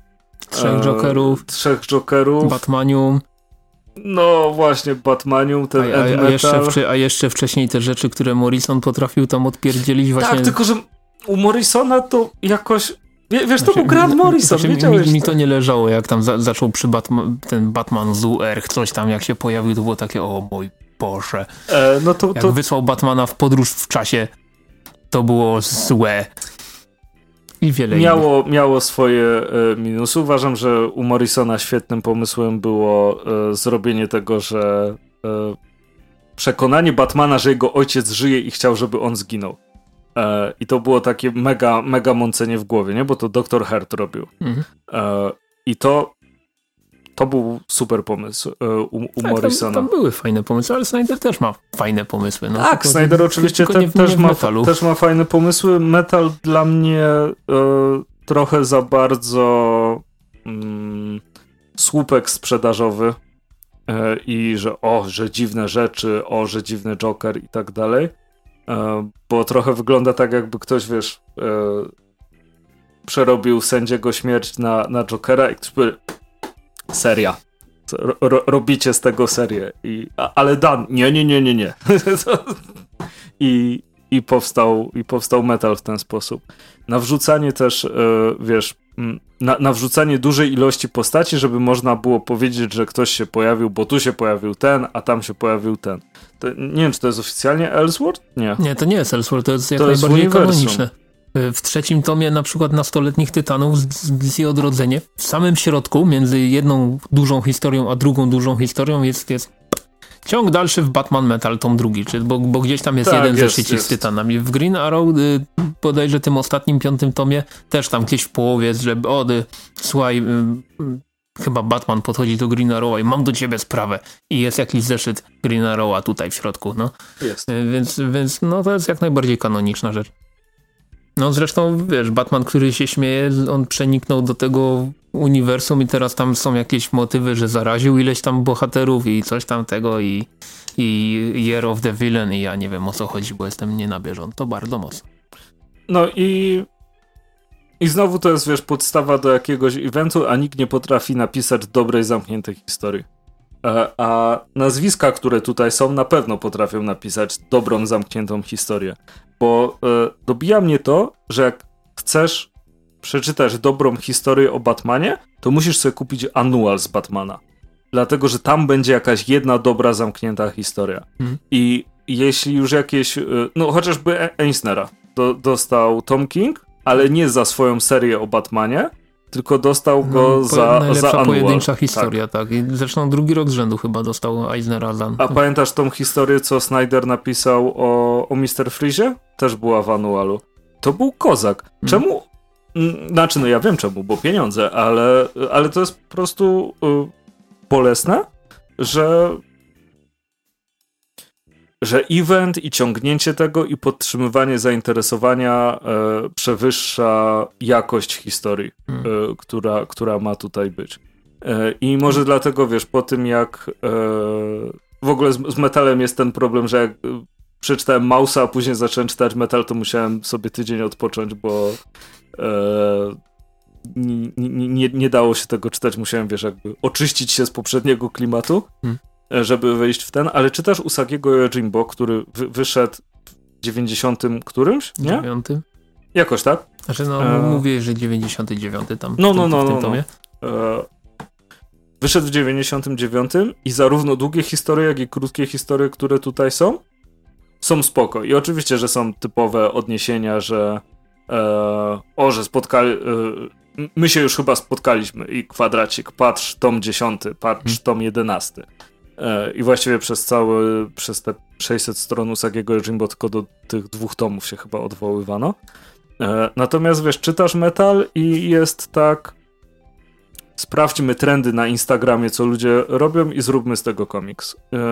trzech Jokerów, Batmanium. No właśnie, Batmanium, ten a jeszcze wcześniej te rzeczy, które Morrison potrafił tam odpierdzielić właśnie. Tak, tylko że u Morrisona to jakoś... Wiesz, to był Grant Morrison, mi to nie leżało, jak tam zaczął ten Batman z UR, coś tam jak się pojawił, to było takie, o mój Boże. Jak wysłał Batmana w podróż w czasie, to było złe. I wiele miało swoje minusy. Uważam, że u Morrisona świetnym pomysłem było zrobienie tego, że przekonanie Batmana, że jego ojciec żyje i chciał, żeby on zginął. I to było takie mega mącenie w głowie, nie? Bo to Dr. Hurt robił. I to był super pomysł u Morrisona. Tam były fajne pomysły, ale Snyder też ma fajne pomysły. No, tak, Snyder oczywiście też ma fajne pomysły. Metal dla mnie trochę za bardzo słupek sprzedażowy i że dziwne rzeczy, że dziwny Joker i tak dalej. Bo trochę wygląda tak, jakby ktoś, wiesz, przerobił Sędziego Śmierć na Jokera i ktoś powiedział, seria. Robicie z tego serię. Ale Dan, nie. I powstał Metal w ten sposób. Nawrzucanie też, wiesz, nawrzucanie dużej ilości postaci, żeby można było powiedzieć, że ktoś się pojawił, bo tu się pojawił ten, a tam się pojawił ten. Nie wiem, czy to jest oficjalnie Elseworld? Nie. Nie, to nie jest Elseworld, to jest jak najbardziej kanoniczne. W 3. tomie na przykład na Stoletnich Tytanów z DC Odrodzenie, w samym środku, między jedną dużą historią a drugą dużą historią jest ciąg dalszy w Batman Metal, tom 2, bo gdzieś tam jest jeden zeszycik z Tytanami. W Green Arrow, bodajże tym ostatnim 5. tomie, też tam gdzieś w połowie, że słuchaj, chyba Batman podchodzi do Green Arrowa i mam do ciebie sprawę. I jest jakiś zeszyt Green Arrowa tutaj w środku. No. Jest. Więc to jest jak najbardziej kanoniczna rzecz. No zresztą, wiesz, Batman, który się śmieje, on przeniknął do tego uniwersum i teraz tam są jakieś motywy, że zaraził ileś tam bohaterów i coś tam tego i Year of the Villain i ja nie wiem, o co chodzi, bo jestem nie na bieżąco. Bardzo mocno. No i znowu to jest, wiesz, podstawa do jakiegoś eventu, a nikt nie potrafi napisać dobrej, zamkniętej historii. A nazwiska, które tutaj są, na pewno potrafią napisać dobrą, zamkniętą historię. Bo dobija mnie to, że jak chcesz przeczytać dobrą historię o Batmanie, to musisz sobie kupić annual z Batmana. Dlatego, że tam będzie jakaś jedna dobra, zamknięta historia. I jeśli już jakieś... No chociażby Eisnera dostał Tom King, ale nie za swoją serię o Batmanie, tylko dostał go za najlepsza pojedyncza historia, tak. I zresztą 2. rok z rzędu chyba dostał Eisnera za... A pamiętasz tą historię, co Snyder napisał o Mr. Freezie? Też była w anualu. To był kozak. Czemu? Znaczy, no ja wiem czemu, bo pieniądze, ale to jest po prostu bolesne, że event i ciągnięcie tego i podtrzymywanie zainteresowania przewyższa jakość historii, która ma tutaj być. I może dlatego, wiesz, po tym jak w ogóle z Metalem jest ten problem, że jak przeczytałem Mausa, a później zacząłem czytać Metal, to musiałem sobie tydzień odpocząć, bo nie dało się tego czytać. Musiałem, wiesz, jakby oczyścić się z poprzedniego klimatu, żeby wejść w ten. Ale czytasz Usagiego Yojimbo, który wyszedł w 90 którymś, nie? 9. Jakoś tak? Znaczy, mówię, że 99 tam w tym tomie. Wyszedł w 99 i zarówno długie historie, jak i krótkie historie, które tutaj są spoko. I oczywiście, że są typowe odniesienia, że my się już chyba spotkaliśmy i kwadracik, patrz tom 10, patrz tom 11. I właściwie przez te 600 stron Usagiego Yojimbo tylko do tych 2 tomów się chyba odwoływano. Natomiast wiesz, czytasz metal i jest tak, sprawdźmy trendy na Instagramie, co ludzie robią i zróbmy z tego komiks.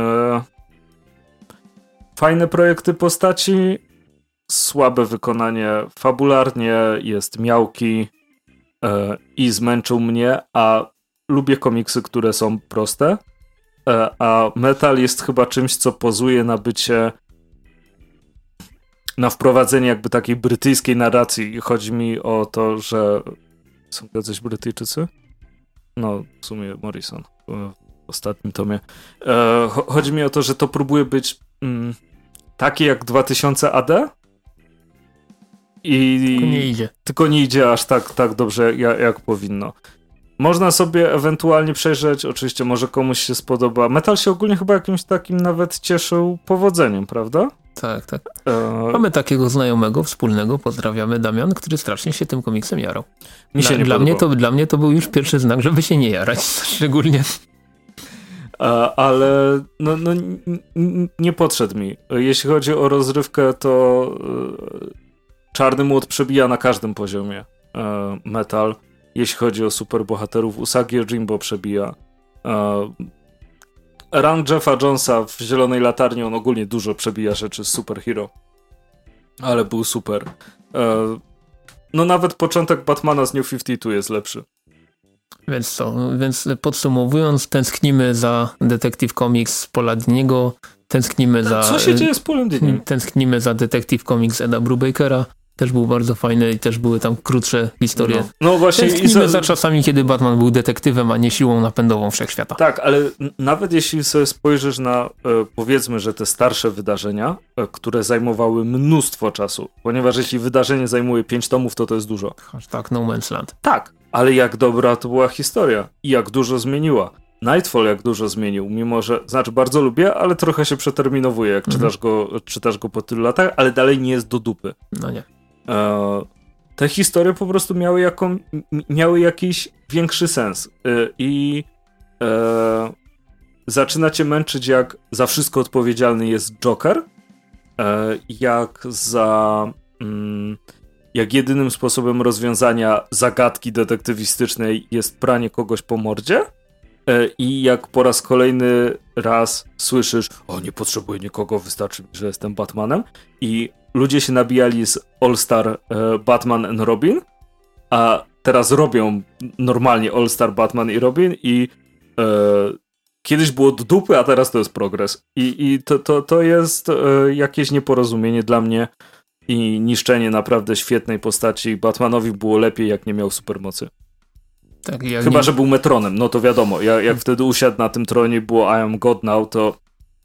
Fajne projekty postaci, słabe wykonanie fabularnie, jest miałki i zmęczył mnie, a lubię komiksy, które są proste, a metal jest chyba czymś, co pozuje na bycie, na wprowadzenie jakby takiej brytyjskiej narracji. Chodzi mi o to, że są jacyś Brytyjczycy? No, w sumie Morrison w ostatnim tomie. Chodzi mi o to, że to próbuje być takie jak 2000 AD i tylko nie idzie aż tak dobrze jak powinno. Można sobie ewentualnie przejrzeć, oczywiście może komuś się spodoba. Metal się ogólnie chyba jakimś takim nawet cieszył powodzeniem, prawda? Tak. Mamy takiego znajomego, wspólnego, pozdrawiamy, Damian, który strasznie się tym komiksem jarał. Dla mnie to był już pierwszy znak, żeby się nie jarać, szczególnie. Ale nie podszedł mi. Jeśli chodzi o rozrywkę, to Czarny Młot przebija na każdym poziomie metal. Jeśli chodzi o superbohaterów, Usagi Yojimbo przebija. Run Jeffa Jonesa w Zielonej Latarni, on ogólnie dużo przebija rzeczy z superhero. Ale był super. No nawet początek Batmana z New 52 jest lepszy. Więc podsumowując, tęsknimy za Detective Comics Paula Diniego, tęsknimy za... Co się dzieje z Paulem Diniem? Tęsknimy za Detective Comics Eda Brubakera. Też był bardzo fajny i też były tam krótsze historie. No właśnie. Tęsknimy za czasami, kiedy Batman był detektywem, a nie siłą napędową wszechświata. Tak, ale nawet jeśli sobie spojrzysz na, powiedzmy, że te starsze wydarzenia, które zajmowały mnóstwo czasu, ponieważ jeśli wydarzenie zajmuje 5 tomów, to jest dużo. Tak, No Man's Land. Tak, ale jak dobra to była historia i jak dużo zmieniła. Nightfall jak dużo zmienił, mimo że, znaczy bardzo lubię, ale trochę się przeterminowuje, jak czytasz go po tylu latach, ale dalej nie jest do dupy. No nie. Te historie po prostu miały jakiś większy sens i zaczyna cię męczyć, jak za wszystko odpowiedzialny jest Joker, jak jedynym sposobem rozwiązania zagadki detektywistycznej jest pranie kogoś po mordzie i jak po raz kolejny raz słyszysz, nie potrzebuję nikogo, wystarczy mi, że jestem Batmanem, i ludzie się nabijali z All Star Batman and Robin, a teraz robią normalnie All Star Batman i Robin i kiedyś było do dupy, a teraz to jest progres. I to jest jakieś nieporozumienie dla mnie i niszczenie naprawdę świetnej postaci. Batmanowi było lepiej, jak nie miał supermocy. Tak, Chyba, że był Metronem, no to wiadomo. Jak wtedy usiadł na tym tronie, było I am God now, to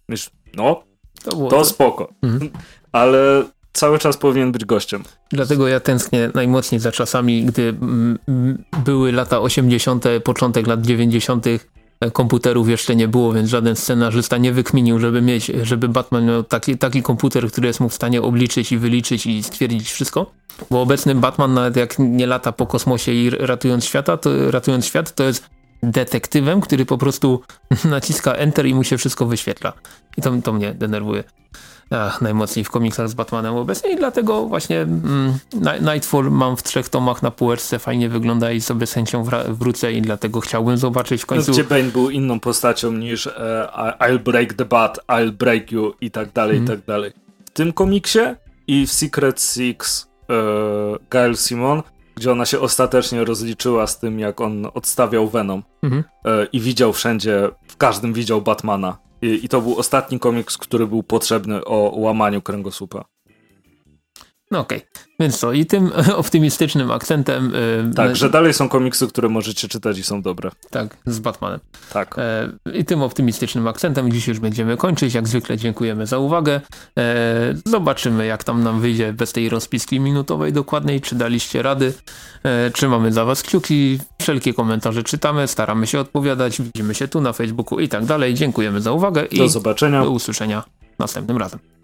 to spoko. Ale cały czas powinien być gościem. Dlatego ja tęsknię najmocniej za czasami, gdy były lata 80., początek lat 90., komputerów jeszcze nie było, więc żaden scenarzysta nie wykminił, żeby Batman miał taki komputer, który jest mu w stanie obliczyć i wyliczyć i stwierdzić wszystko. Bo obecny Batman, nawet jak nie lata po kosmosie i ratując świat, to jest detektywem, który po prostu naciska Enter i mu się wszystko wyświetla. I to mnie denerwuje. Najmocniej w komiksach z Batmanem obecnie i dlatego właśnie Nightfall mam w 3 tomach na półeczce, fajnie wygląda i sobie z chęcią wrócę i dlatego chciałbym zobaczyć w końcu... Gdzie Bane był inną postacią niż I'll break the bat, I'll break you i tak dalej, i tak dalej. W tym komiksie i w Secret Six Gail Simon, gdzie ona się ostatecznie rozliczyła z tym, jak on odstawiał Venom i widział wszędzie, w każdym widział Batmana. I to był ostatni komiks, który był potrzebny o łamaniu kręgosłupa. No okej. Więc co? I tym optymistycznym akcentem... Tak, że dalej są komiksy, które możecie czytać i są dobre. Tak, z Batmanem. Tak. I tym optymistycznym akcentem dziś już będziemy kończyć. Jak zwykle dziękujemy za uwagę. Zobaczymy, jak tam nam wyjdzie bez tej rozpiski minutowej dokładnej, czy daliście rady. Trzymamy za was kciuki. Wszelkie komentarze czytamy, staramy się odpowiadać. Widzimy się tu na Facebooku i tak dalej. Dziękujemy za uwagę i do zobaczenia. Do usłyszenia następnym razem.